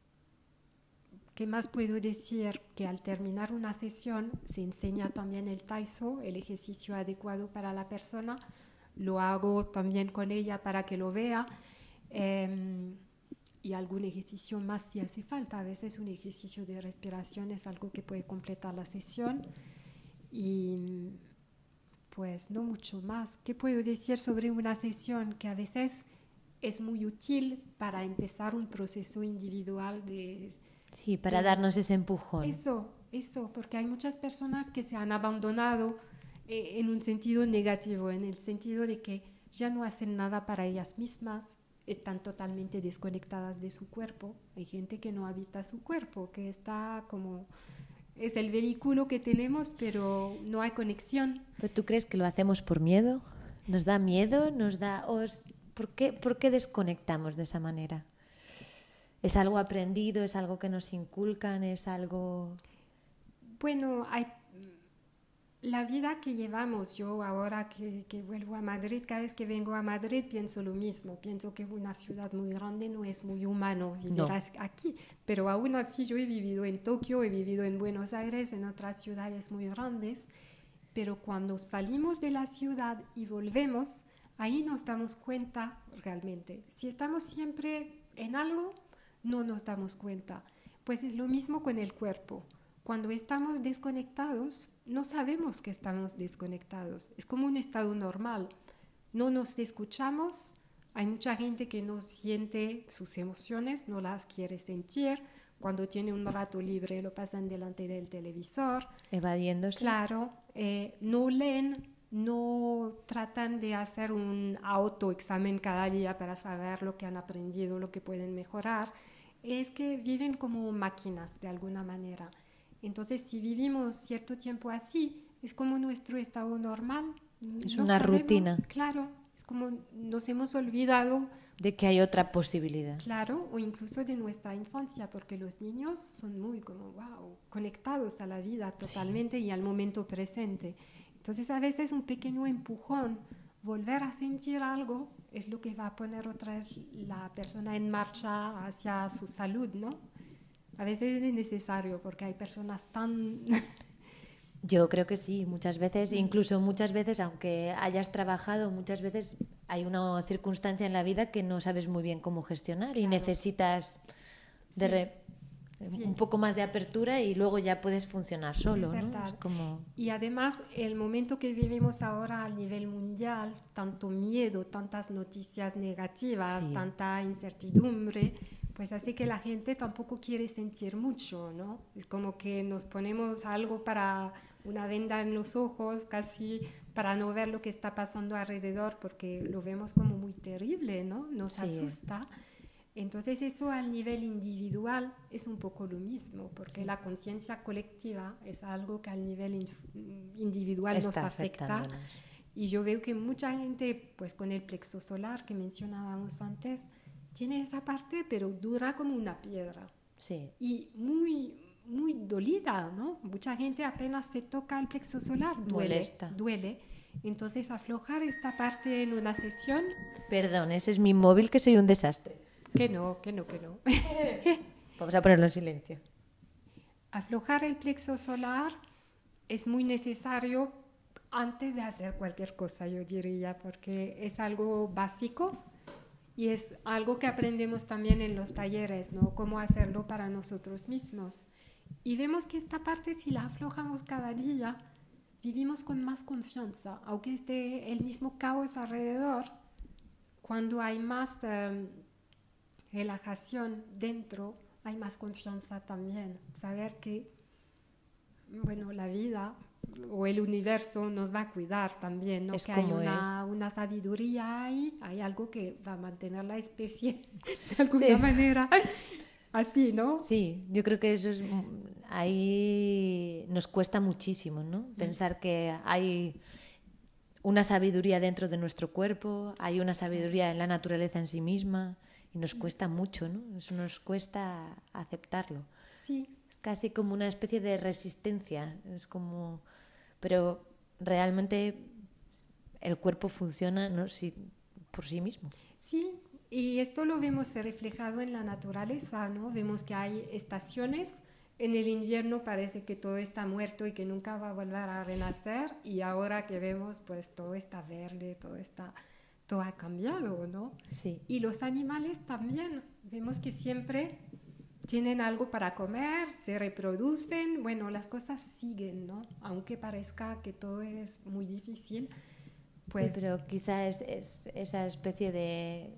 ¿Qué más puedo decir? Que al terminar una sesión se enseña también el Taiso, el ejercicio adecuado para la persona. Lo hago también con ella para que lo vea. Eh, y algún ejercicio más si hace falta. A veces un ejercicio de respiración es algo que puede completar la sesión. Y pues no mucho más. ¿Qué puedo decir sobre una sesión? Que a veces es muy útil para empezar un proceso individual de... Sí, para de, darnos ese empujón. Eso, eso, porque hay muchas personas que se han abandonado eh, en un sentido negativo, en el sentido de que ya no hacen nada para ellas mismas, están totalmente desconectadas de su cuerpo. Hay gente que no habita su cuerpo, que está como... Es el vehículo que tenemos, pero no hay conexión. ¿Pero tú crees que lo hacemos por miedo? ¿Nos da miedo? ¿Nos da... os- ¿Por qué, por qué desconectamos de esa manera? ¿Es algo aprendido? ¿Es algo que nos inculcan? ¿Es algo...? Bueno, hay, la vida que llevamos, yo ahora que, que vuelvo a Madrid, cada vez que vengo a Madrid pienso lo mismo, pienso que una ciudad muy grande no es muy humano vivir No. as- aquí, pero aún así yo he vivido en Tokio, he vivido en Buenos Aires, en otras ciudades muy grandes, pero cuando salimos de la ciudad y volvemos, ahí nos damos cuenta realmente. Si estamos siempre en algo, no nos damos cuenta. Pues es lo mismo con el cuerpo. Cuando estamos desconectados, no sabemos que estamos desconectados. Es como un estado normal. No nos escuchamos. Hay mucha gente que no siente sus emociones, no las quiere sentir. Cuando tiene un rato libre lo pasan delante del televisor. Evadiéndose. Claro, eh, no leen, no tratan de hacer un autoexamen cada día para saber lo que han aprendido, lo que pueden mejorar. Es que viven como máquinas de alguna manera. Entonces, si vivimos cierto tiempo así, es como nuestro estado normal. Es No una sabemos, rutina. claro, es como nos hemos olvidado, De que hay otra posibilidad. claro, o incluso de nuestra infancia, porque los niños son muy como, wow, conectados a la vida totalmente y al momento presente. Entonces, a veces un pequeño empujón, volver a sentir algo, es lo que va a poner otra vez la persona en marcha hacia su salud, ¿no? A veces es necesario porque hay personas tan... Yo creo que sí, muchas veces, incluso muchas veces, aunque hayas trabajado, muchas veces hay una circunstancia en la vida que no sabes muy bien cómo gestionar y Claro. necesitas de Sí. re- Sí. un poco más de apertura y luego ya puedes funcionar solo, Es ¿no? verdad. Es como... Y además, el momento que vivimos ahora a nivel mundial, tanto miedo, tantas noticias negativas, Sí. tanta incertidumbre, pues hace que la gente tampoco quiere sentir mucho, ¿no? Es como que nos ponemos algo para una venda en los ojos, casi para no ver lo que está pasando alrededor, porque lo vemos como muy terrible, ¿no? Nos Sí. asusta. Entonces eso al nivel individual es un poco lo mismo, porque Sí. la conciencia colectiva es algo que al nivel in- individual nos Está afecta. afectándonos. Y yo veo que mucha gente, pues con el plexo solar que mencionábamos antes, tiene esa parte, pero dura como una piedra. Sí. Y muy, muy dolida, ¿no? Mucha gente apenas se toca el plexo solar, duele, Molesta. duele. Entonces aflojar esta parte en una sesión, Perdón, ese es mi móvil que soy un desastre. que no, que no, que no. Vamos a ponerlo en silencio. Aflojar el plexo solar es muy necesario antes de hacer cualquier cosa, yo diría, porque es algo básico y es algo que aprendemos también en los talleres, ¿no? Cómo hacerlo para nosotros mismos. Y vemos que esta parte, si la aflojamos cada día, vivimos con más confianza, aunque esté el mismo caos alrededor. Cuando hay más eh, relajación dentro, hay más confianza también. Saber que, bueno, la vida o el universo nos va a cuidar también, ¿no? Es Que hay como una, una sabiduría ahí, hay algo que va a mantener la especie de alguna Sí. manera. Así, ¿no? Sí, yo creo que eso es... Ahí nos cuesta muchísimo, ¿no? Pensar que hay una sabiduría dentro de nuestro cuerpo, hay una sabiduría en la naturaleza en sí misma y nos cuesta mucho, ¿no? Eso nos cuesta aceptarlo. Sí. Es casi como una especie de resistencia, es como... Pero realmente el cuerpo funciona, ¿no? Sí, por sí mismo. Sí, y esto lo vemos reflejado en la naturaleza, ¿no? Vemos que hay estaciones. En el invierno parece que todo está muerto y que nunca va a volver a renacer, y ahora que vemos, pues todo está verde, todo está, todo ha cambiado, ¿no? Sí. Y los animales también, vemos que siempre tienen algo para comer, se reproducen, bueno, las cosas siguen, ¿no? Aunque parezca que todo es muy difícil, pues... Sí, pero quizá es, es esa especie de...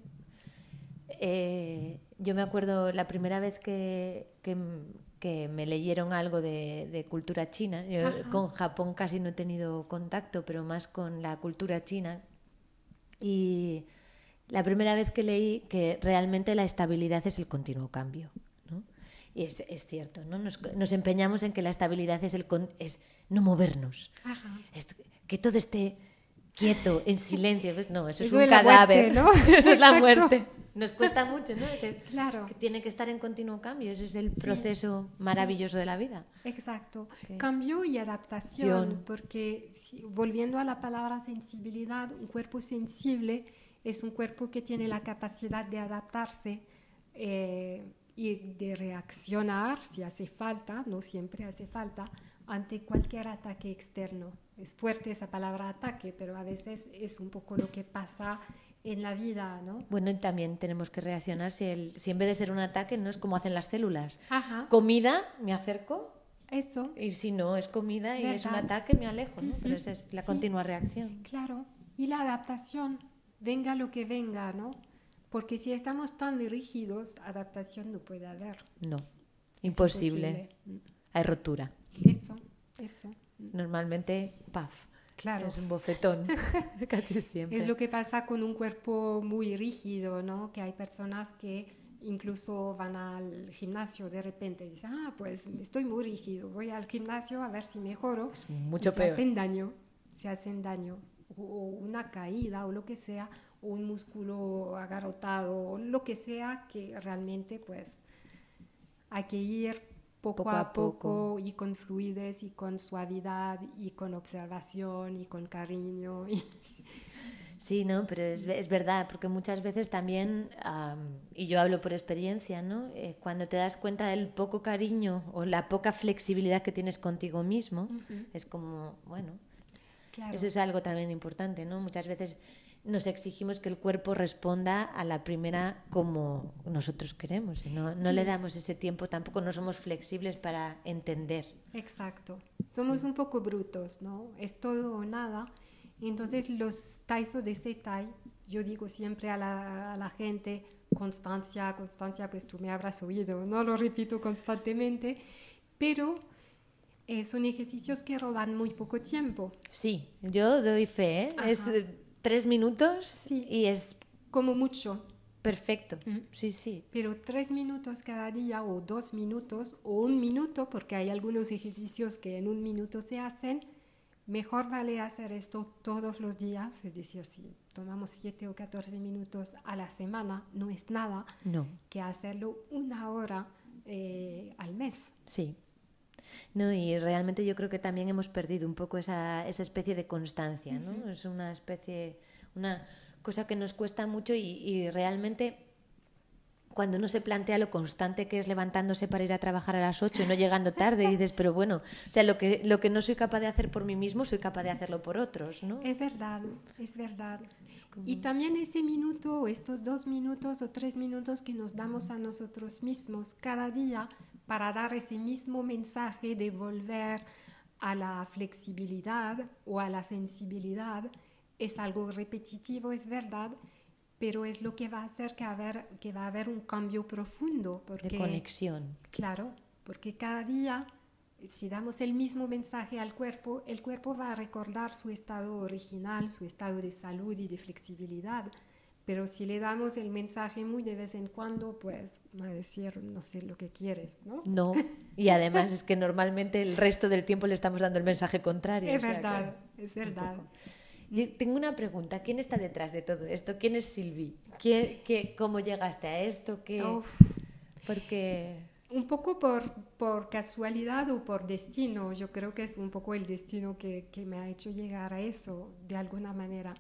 Eh, yo me acuerdo la primera vez que, que, que me leyeron algo de, de cultura china. Yo Ajá. con Japón casi no he tenido contacto, pero más con la cultura china. Y la primera vez que leí que realmente la estabilidad es el continuo cambio, ¿no? Y es, es cierto, ¿no? Nos, nos empeñamos en que la estabilidad es, el con, es no movernos, Ajá. es que todo esté quieto, en silencio. No, eso, Eso es un es la cadáver, muerte, ¿no? Eso es la Exacto. muerte. Nos cuesta mucho, ¿no? Ese, Claro. que tiene que estar en continuo cambio. Ese es el Sí, proceso maravilloso de la vida. Exacto. Okay. Cambio y adaptación, Acción. porque si, volviendo a la palabra sensibilidad, un cuerpo sensible es un cuerpo que tiene la capacidad de adaptarse eh, y de reaccionar si hace falta, no siempre hace falta, ante cualquier ataque externo. Es fuerte esa palabra ataque, pero a veces es un poco lo que pasa en la vida, ¿no? Bueno, y también tenemos que reaccionar si, el, si en vez de ser un ataque no es como hacen las células. Ajá. Comida, me acerco. Eso. Y si no es comida y ¿Verdad? es un ataque, me alejo, ¿no? Uh-huh. Pero esa es la Sí, continua reacción. Claro. Y la adaptación, venga lo que venga, ¿no? Porque si estamos tan rígidos, adaptación no puede haber. No, Es imposible. imposible. Hay rotura. Eso, eso. Normalmente, paf. Claro. Es un bofetón, casi siempre. Es lo que pasa con un cuerpo muy rígido, ¿no? Que hay personas que incluso van al gimnasio de repente y dicen, ah, pues estoy muy rígido, voy al gimnasio a ver si mejoro. Es mucho y se peor. hacen daño, se hacen daño. O, o una caída o lo que sea, o un músculo agarrotado, o lo que sea, que realmente pues hay que ir poco, Poco a, a poco, poco. y con fluidez y con suavidad y con observación y con cariño. Y Sí, ¿no? Pero es, es verdad, porque muchas veces también, um, y yo hablo por experiencia, ¿no? Eh, cuando te das cuenta del poco cariño o la poca flexibilidad que tienes contigo mismo, uh-huh. es como, bueno, Claro. eso es algo también importante, ¿no? Muchas veces nos exigimos que el cuerpo responda a la primera como nosotros queremos y no, no Sí. le damos ese tiempo, tampoco no somos flexibles para entender. Exacto. Somos un poco brutos, ¿no? Es todo o nada. Entonces los taiso de Setai, yo digo siempre a la, a la gente, constancia, constancia, pues tú me habrás oído, no lo repito constantemente, pero eh, son ejercicios que roban muy poco tiempo. Sí, yo doy fe, ¿eh? Ajá. Es eh, tres minutos Sí. y es Como mucho. perfecto. Mm. Sí, sí. Pero tres minutos cada día o dos minutos o un minuto, porque hay algunos ejercicios que en un minuto se hacen, mejor vale hacer esto todos los días, es decir, si tomamos siete o catorce minutos a la semana, no es nada, No, que hacerlo una hora eh, al mes. sí. No, y realmente yo creo que también hemos perdido un poco esa, esa especie de constancia, ¿no? Uh-huh. Es una especie, una cosa que nos cuesta mucho y, y realmente cuando uno se plantea lo constante que es levantándose para ir a trabajar a las ocho y no llegando tarde, y dices, pero bueno, o sea, lo que, lo que no soy capaz de hacer por mí mismo, soy capaz de hacerlo por otros, ¿no? Es verdad, es verdad. Es como... Y también ese minuto, o estos dos minutos o tres minutos que nos damos a nosotros mismos cada día para dar ese mismo mensaje de volver a la flexibilidad o a la sensibilidad, es algo repetitivo, es verdad, pero es lo que va a hacer que, haber, que va a haber un cambio profundo. Porque, de conexión. Claro, porque cada día, si damos el mismo mensaje al cuerpo, el cuerpo va a recordar su estado original, su estado de salud y de flexibilidad. Pero si le damos el mensaje muy de vez en cuando, pues va a decir, no sé lo que quieres, ¿no? No, y además es que normalmente el resto del tiempo le estamos dando el mensaje contrario. Es o sea, verdad, que, es verdad. Yo tengo una pregunta, ¿quién está detrás de todo esto? ¿Quién es Silvi? ¿Qué, qué, ¿Cómo llegaste a esto? ¿Qué? Uf. Porque... Un poco por, por casualidad o por destino, yo creo que es un poco el destino que, que me ha hecho llegar a eso, de alguna manera.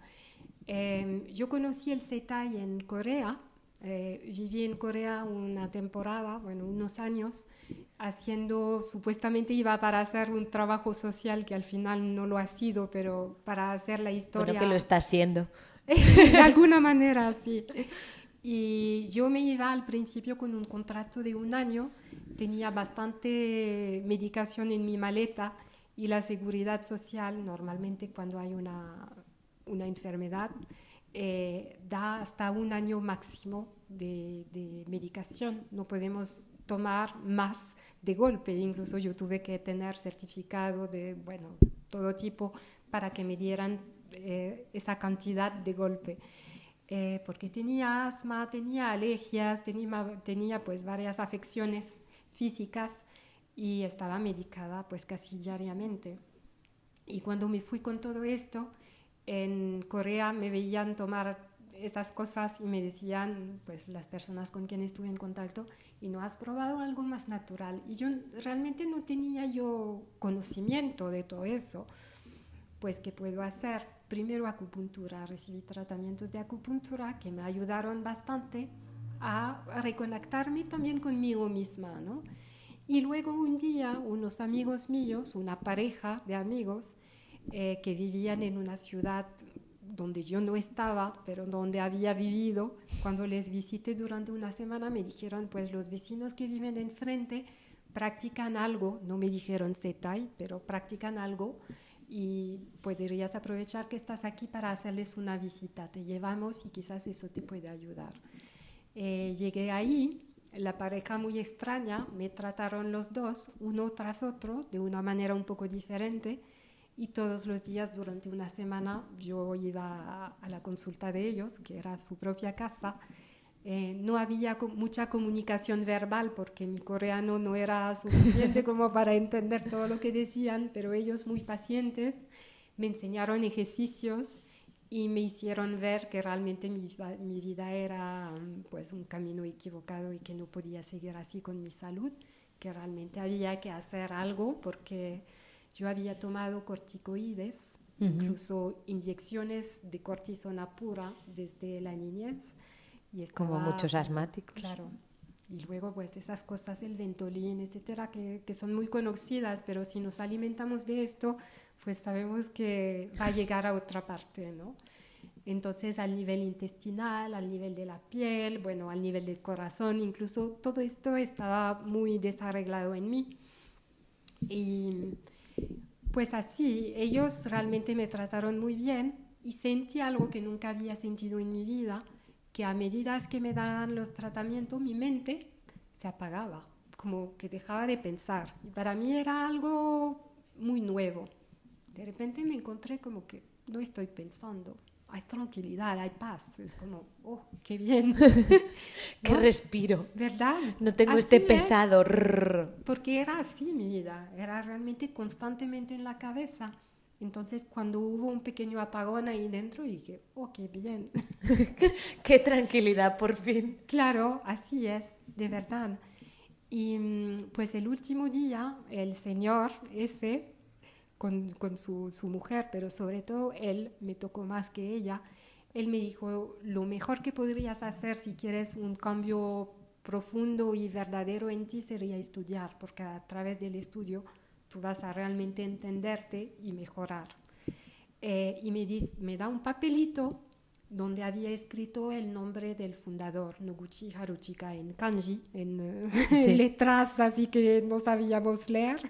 Eh, yo conocí el Setai en Corea, eh, viví en Corea una temporada, bueno, unos años, haciendo, supuestamente iba para hacer un trabajo social que al final no lo ha sido, pero para hacer la historia... Bueno, que lo está haciendo. De alguna manera, sí. Y yo me iba al principio con un contrato de un año, tenía bastante medicación en mi maleta y la seguridad social, normalmente cuando hay una, una enfermedad, eh, da hasta un año máximo de, de medicación. No podemos tomar más de golpe, incluso yo tuve que tener certificado de, bueno, todo tipo para que me dieran eh, esa cantidad de golpe. Eh, porque tenía asma, tenía alergias, tenía, tenía pues varias afecciones físicas y estaba medicada pues casi diariamente. Y cuando me fui con todo esto, En Corea me veían tomar esas cosas y me decían, pues las personas con quien estuve en contacto, ¿y no has probado algo más natural? Y yo realmente no tenía yo conocimiento de todo eso. Pues, ¿qué puedo hacer? Primero acupuntura, recibí tratamientos de acupuntura que me ayudaron bastante a reconectarme también conmigo misma, ¿no? Y luego un día unos amigos míos, una pareja de amigos eh, que vivían en una ciudad donde yo no estaba, pero donde había vivido, cuando les visité durante una semana me dijeron, pues los vecinos que viven enfrente practican algo, no me dijeron Zetai, pero practican algo y podrías aprovechar que estás aquí para hacerles una visita, te llevamos y quizás eso te puede ayudar. Eh, llegué ahí, la pareja muy extraña, me trataron los dos, uno tras otro, de una manera un poco diferente, y todos los días durante una semana yo iba a, a la consulta de ellos, que era su propia casa. Eh, no había co- mucha comunicación verbal porque mi coreano no era suficiente como para entender todo lo que decían, pero ellos muy pacientes me enseñaron ejercicios y me hicieron ver que realmente mi, mi vida era um, pues un camino equivocado y que no podía seguir así con mi salud, que realmente había que hacer algo porque yo había tomado corticoides, uh-huh. incluso inyecciones de cortisona pura desde la niñez. Y estaba, como muchos asmáticos. Claro. Y luego pues esas cosas, el Ventolin, etcétera, que, que son muy conocidas, pero si nos alimentamos de esto, pues sabemos que va a llegar a otra parte, ¿no? Entonces al nivel intestinal, al nivel de la piel, bueno, al nivel del corazón, incluso todo esto estaba muy desarreglado en mí. Y pues así, ellos realmente me trataron muy bien y sentí algo que nunca había sentido en mi vida, que a medida que me daban los tratamientos, mi mente se apagaba, como que dejaba de pensar. Y para mí era algo muy nuevo. De repente me encontré como que no estoy pensando. Hay tranquilidad, hay paz. Es como, oh, qué bien. Qué ¿no? respiro. ¿Verdad? No tengo así este pesado. Es, porque era así mi vida. Era realmente constantemente en la cabeza. Entonces, cuando hubo un pequeño apagón ahí dentro, dije, oh, qué bien. Qué tranquilidad, por fin. Claro, así es, de verdad. Y pues el último día, el señor ese, con, con su, su mujer, pero sobre todo él, me tocó más que ella, él me dijo, lo mejor que podrías hacer si quieres un cambio profundo y verdadero en ti sería estudiar, porque a través del estudio tú vas a realmente entenderte y mejorar. Eh, y me, dice, me da un papelito donde había escrito el nombre del fundador, Noguchi Haruchika, en kanji, en sí. letras así que no sabíamos leer.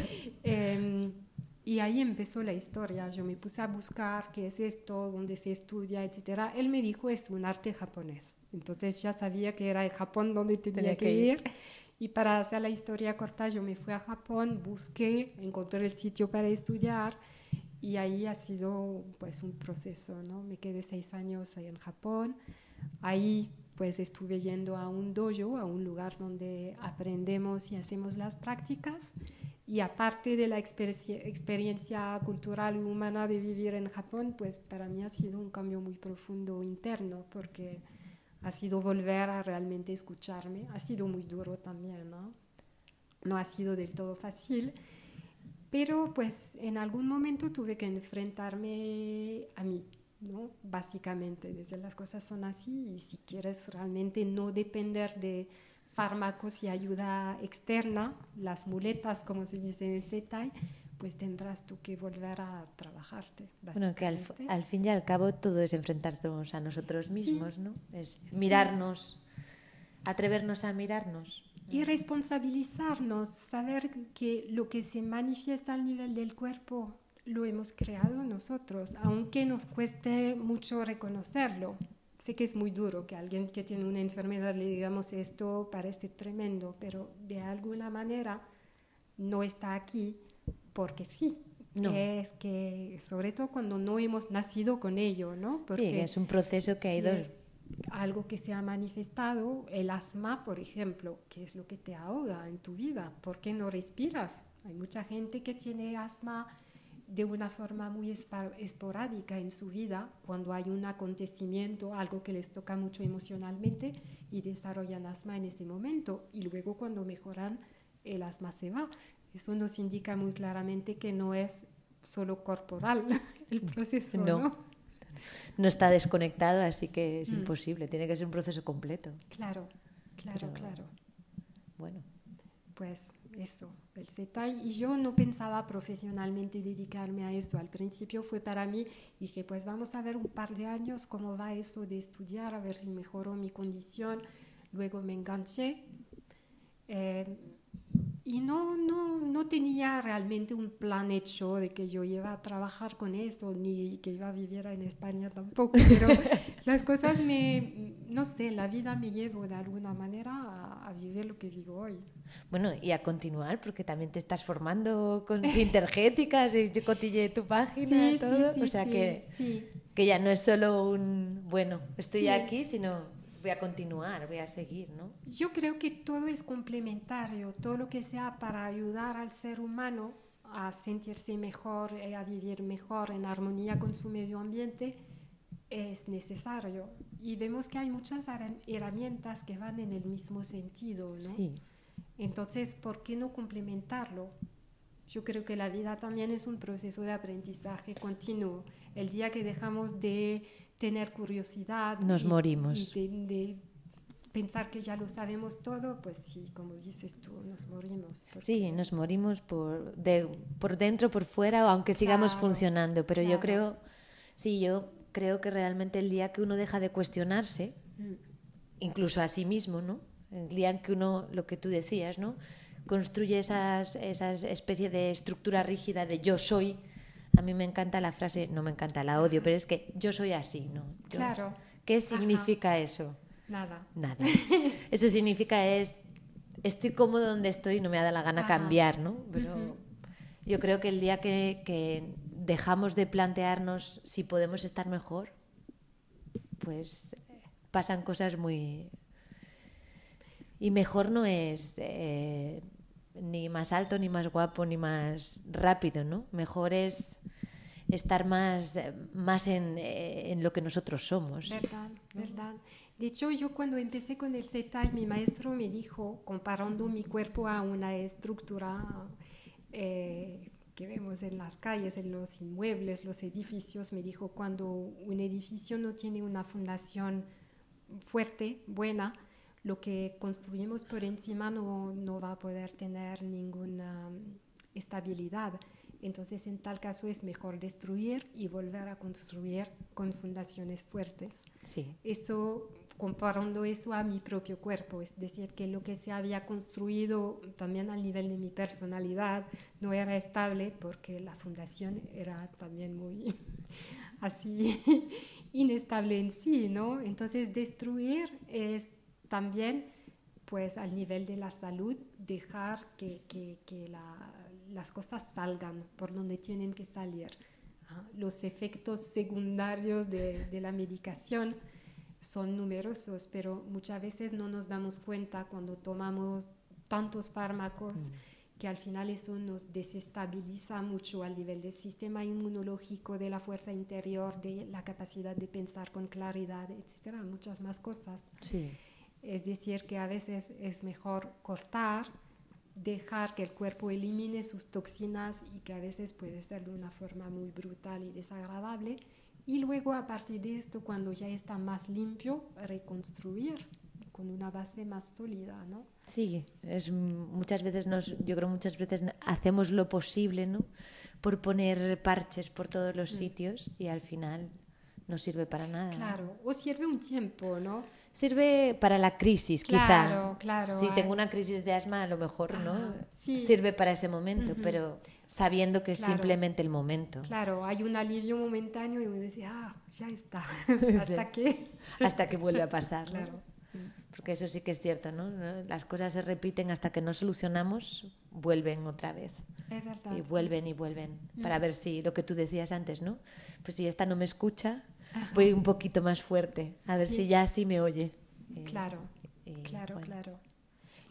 eh, y ahí empezó la historia. Yo me puse a buscar qué es esto, dónde se estudia, etcétera. Él me dijo, es un arte japonés. Entonces ya sabía que era en Japón donde tenía, tenía que, que ir. ir. Y para hacer la historia corta, yo me fui a Japón, busqué, encontré el sitio para estudiar. Y ahí ha sido pues un proceso, ¿no? Me quedé seis años ahí en Japón. Ahí pues estuve yendo a un dojo, a un lugar donde aprendemos y hacemos las prácticas. Y aparte de la experiencia, experiencia cultural y humana de vivir en Japón, pues para mí ha sido un cambio muy profundo interno, porque ha sido volver a realmente escucharme. Ha sido muy duro también, ¿no? No ha sido del todo fácil. Pero pues en algún momento tuve que enfrentarme a mí, ¿no? Básicamente, desde las cosas son así y si quieres realmente no depender de fármacos y ayuda externa, las muletas, como se dice en Zetai, pues tendrás tú que volver a trabajarte. Bueno, que al, al fin y al cabo todo es enfrentarnos a nosotros mismos, sí. ¿no? Es mirarnos, sí. atrevernos a mirarnos. Y responsabilizarnos, saber que lo que se manifiesta al nivel del cuerpo lo hemos creado nosotros, aunque nos cueste mucho reconocerlo. Sé que es muy duro que alguien que tiene una enfermedad le digamos esto parece tremendo, pero de alguna manera no está aquí porque sí. No. Es que, sobre todo cuando no hemos nacido con ello, ¿no? Porque sí, es un proceso que ha ido... Es algo que se ha manifestado, el asma, por ejemplo, que es lo que te ahoga en tu vida. ¿Por qué no respiras? Hay mucha gente que tiene asma de una forma muy esporádica en su vida, cuando hay un acontecimiento, algo que les toca mucho emocionalmente, y desarrollan asma en ese momento, y luego cuando mejoran, el asma se va. Eso nos indica muy claramente que no es solo corporal el proceso, ¿no? No, no está desconectado, así que es Mm. imposible, tiene que ser un proceso completo. Claro, claro, Pero, claro. Bueno, Pues eso, el C-T-I. Y yo no pensaba profesionalmente dedicarme a eso. Al principio fue para mí, dije, pues vamos a ver un par de años cómo va eso de estudiar, a ver si mejoró mi condición. Luego me enganché. Eh, y no, no, no tenía realmente un plan hecho de que yo iba a trabajar con eso, ni que iba a vivir en España tampoco, pero las cosas me, no sé, la vida me llevó de alguna manera a, a vivir lo que vivo hoy. bueno, y a continuar, porque también te estás formando con Sintergéticas, y yo cotilleé tu página, Sí, todo, sí, o sí, sea sí, que, sí. que ya no es solo un, bueno, estoy Sí. aquí, sino voy a continuar, voy a seguir, ¿no? Yo creo que todo es complementario, todo lo que sea para ayudar al ser humano a sentirse mejor, eh, a vivir mejor en armonía con su medio ambiente, es necesario. Y vemos que hay muchas herramientas que van en el mismo sentido, ¿no? Sí. Entonces, ¿por qué no complementarlo? Yo creo que la vida también es un proceso de aprendizaje continuo. El día que dejamos de tener curiosidad Nos y, morimos. y de, de pensar que ya lo sabemos todo, pues sí, como dices tú, nos morimos. Porque... Sí, nos morimos por, de, por dentro, por fuera, o aunque sigamos Claro, funcionando. Pero claro. yo creo, sí, yo creo que realmente el día que uno deja de cuestionarse, Mm. incluso a sí mismo, ¿no? El día en que uno, lo que tú decías, ¿no? Construye esas, esas especie de estructura rígida de yo soy. A mí me encanta la frase, no me encanta, la odio, pero es que yo soy así, ¿no? Yo, Claro. ¿qué significa Ajá. eso? Nada. Nada. Eso significa es estoy cómodo donde estoy y no me da la gana Ajá. cambiar, ¿no? Pero Uh-huh. yo creo que el día que, que dejamos de plantearnos si podemos estar mejor, pues pasan cosas muy... Y mejor no es eh, ni más alto, ni más guapo, ni más rápido, ¿no? Mejor es estar más, más en, en lo que nosotros somos. Verdad, verdad. De hecho, yo cuando empecé con el C-T-I, mi maestro me dijo, comparando mi cuerpo a una estructura eh, que vemos en las calles, en los inmuebles, los edificios, me dijo, cuando un edificio no tiene una fundación fuerte, buena, lo que construimos por encima no, no va a poder tener ninguna estabilidad. Entonces, en tal caso es mejor destruir y volver a construir con fundaciones fuertes. Sí. Eso, comparando eso a mi propio cuerpo, es decir, que lo que se había construido también al nivel de mi personalidad no era estable porque la fundación era también muy así inestable en sí, ¿no? Entonces, destruir es también, pues, al nivel de la salud, dejar que, que, que la las cosas salgan por donde tienen que salir. Los efectos secundarios de, de la medicación son numerosos, pero muchas veces no nos damos cuenta cuando tomamos tantos fármacos mm. que al final eso nos desestabiliza mucho al nivel del sistema inmunológico, de la fuerza interior, de la capacidad de pensar con claridad, etcétera, muchas más cosas. Sí. Es decir, que a veces es mejor cortar, dejar que el cuerpo elimine sus toxinas y que a veces puede ser de una forma muy brutal y desagradable, y luego a partir de esto, cuando ya está más limpio, reconstruir con una base más sólida, ¿no? Sí, es muchas veces nos, yo creo muchas veces hacemos lo posible, ¿no? Por poner parches por todos los mm. sitios y al final no sirve para nada. Claro, o sirve un tiempo, ¿no? Sirve para la crisis, claro, quizá. Claro, Si hay... tengo una crisis de asma, a lo mejor Ajá, no sí. sirve para ese momento, uh-huh. pero sabiendo que es claro. simplemente el momento. Claro, hay un alivio momentáneo y uno dice, ah, ya está, hasta que... hasta que vuelve a pasar, claro. ¿no? Porque eso sí que es cierto, ¿no? Las cosas se repiten hasta que no solucionamos, vuelven otra vez. Es verdad. Y vuelven sí. y vuelven, uh-huh. para ver si, lo que tú decías antes, ¿no? Pues si esta no me escucha, Ajá. voy un poquito más fuerte, a ver sí. si ya sí me oye. Claro, y, claro, bueno. claro.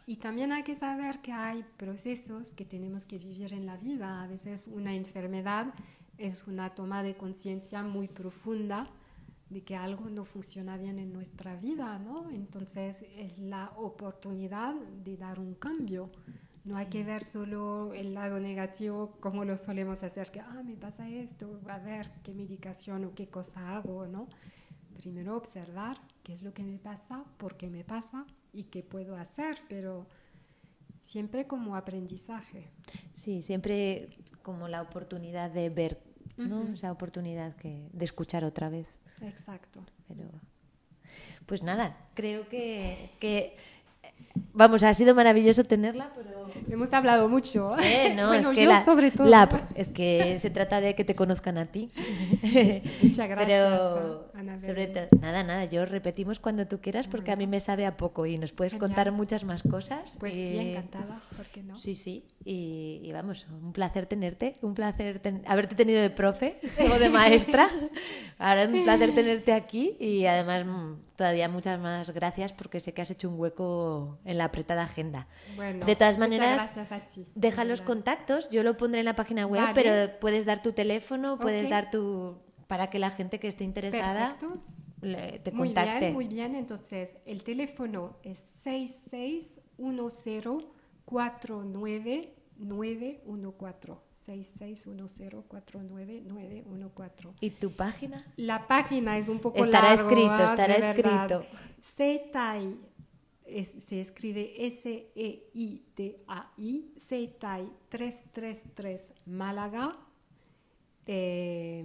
Y también hay que saber que hay procesos que tenemos que vivir en la vida. A veces una enfermedad es una toma de conciencia muy profunda de que algo no funciona bien en nuestra vida, ¿no? Entonces es la oportunidad de dar un cambio. No sí. hay que ver solo el lado negativo como lo solemos hacer, que, ah, me pasa esto, a ver qué medicación o qué cosa hago, ¿no? Primero observar qué es lo que me pasa, por qué me pasa y qué puedo hacer, pero siempre como aprendizaje. Sí, siempre como la oportunidad de ver, ¿no? Uh-huh. Esa oportunidad que, de escuchar otra vez. Exacto. Pero, pues nada, creo que, que vamos, ha sido maravilloso tenerla, pero... Hemos hablado mucho. Eh, no, bueno, es que yo la, sobre todo. La, es que se trata de que te conozcan a ti. Muchas gracias, pero, Ana sobre Belén. todo, nada, nada, yo repetimos cuando tú quieras porque Bueno. a mí me sabe a poco y nos puedes Genial. contar muchas más cosas. Pues y... sí, encantada, ¿por qué no? Sí, sí, y, y vamos, un placer tenerte, un placer ten... haberte tenido de profe o de maestra. Ahora es un placer tenerte aquí y además todavía muchas más gracias porque sé que has hecho un hueco en la apretada agenda. Bueno, de todas maneras, muchas gracias a ti. deja los contactos, yo lo pondré en la página web, Vale. pero puedes dar tu teléfono, puedes Ok. dar tu... para que la gente que esté interesada Perfecto. le- te Muy contacte. bien, muy bien. Entonces, el teléfono es seis seis uno cero cuatro nueve nueve uno cuatro. seis seis uno cero cuatro nueve nueve uno cuatro. ¿Y tu página? La página es un poco Estará largo, escrito, ¿ah? estará De verdad. escrito. Seitai, es- se escribe S E I T A I, Seitai trescientos treinta y tres Málaga. Eh,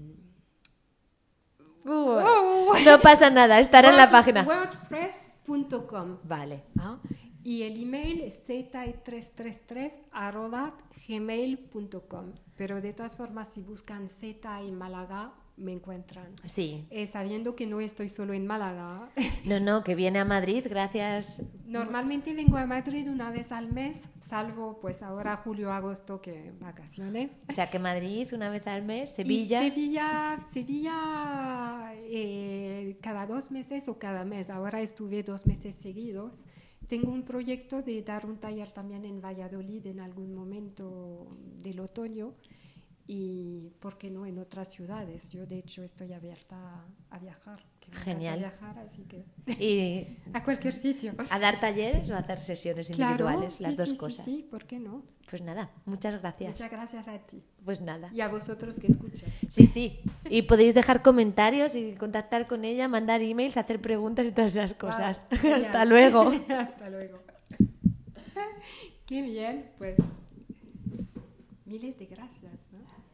Uh, Oh. No pasa nada, estará en la Word- página. wordpress punto com. Vale. ¿Ah? Y el email es seitai trescientos treinta y tres arroba gmail punto com. Pero de todas formas, si buscan Seitai Málaga, me encuentran. Sí. Eh, sabiendo que no estoy solo en Málaga. No, no, que viene a Madrid, gracias. Normalmente vengo a Madrid una vez al mes, salvo pues ahora julio, agosto, que vacaciones. O sea, que Madrid una vez al mes, Sevilla. Y Sevilla, Sevilla eh, cada dos meses o cada mes. Ahora estuve dos meses seguidos. Tengo un proyecto de dar un taller también en Valladolid en algún momento del otoño y, ¿por qué no?, en otras ciudades. Yo, de hecho, estoy abierta a, a viajar. Que me Genial. encanta viajar, así que Y a cualquier sitio. a dar talleres o a hacer sesiones individuales, Claro, las sí, dos sí, cosas. Sí, sí, ¿por qué no? Pues nada, muchas gracias. Muchas gracias a ti Pues nada. y a vosotros que escuchan. Sí, sí. Y podéis dejar comentarios y contactar con ella, mandar emails, hacer preguntas y todas esas cosas. Wow, genial. Hasta luego. Hasta luego. Qué bien, pues miles de gracias, ¿no?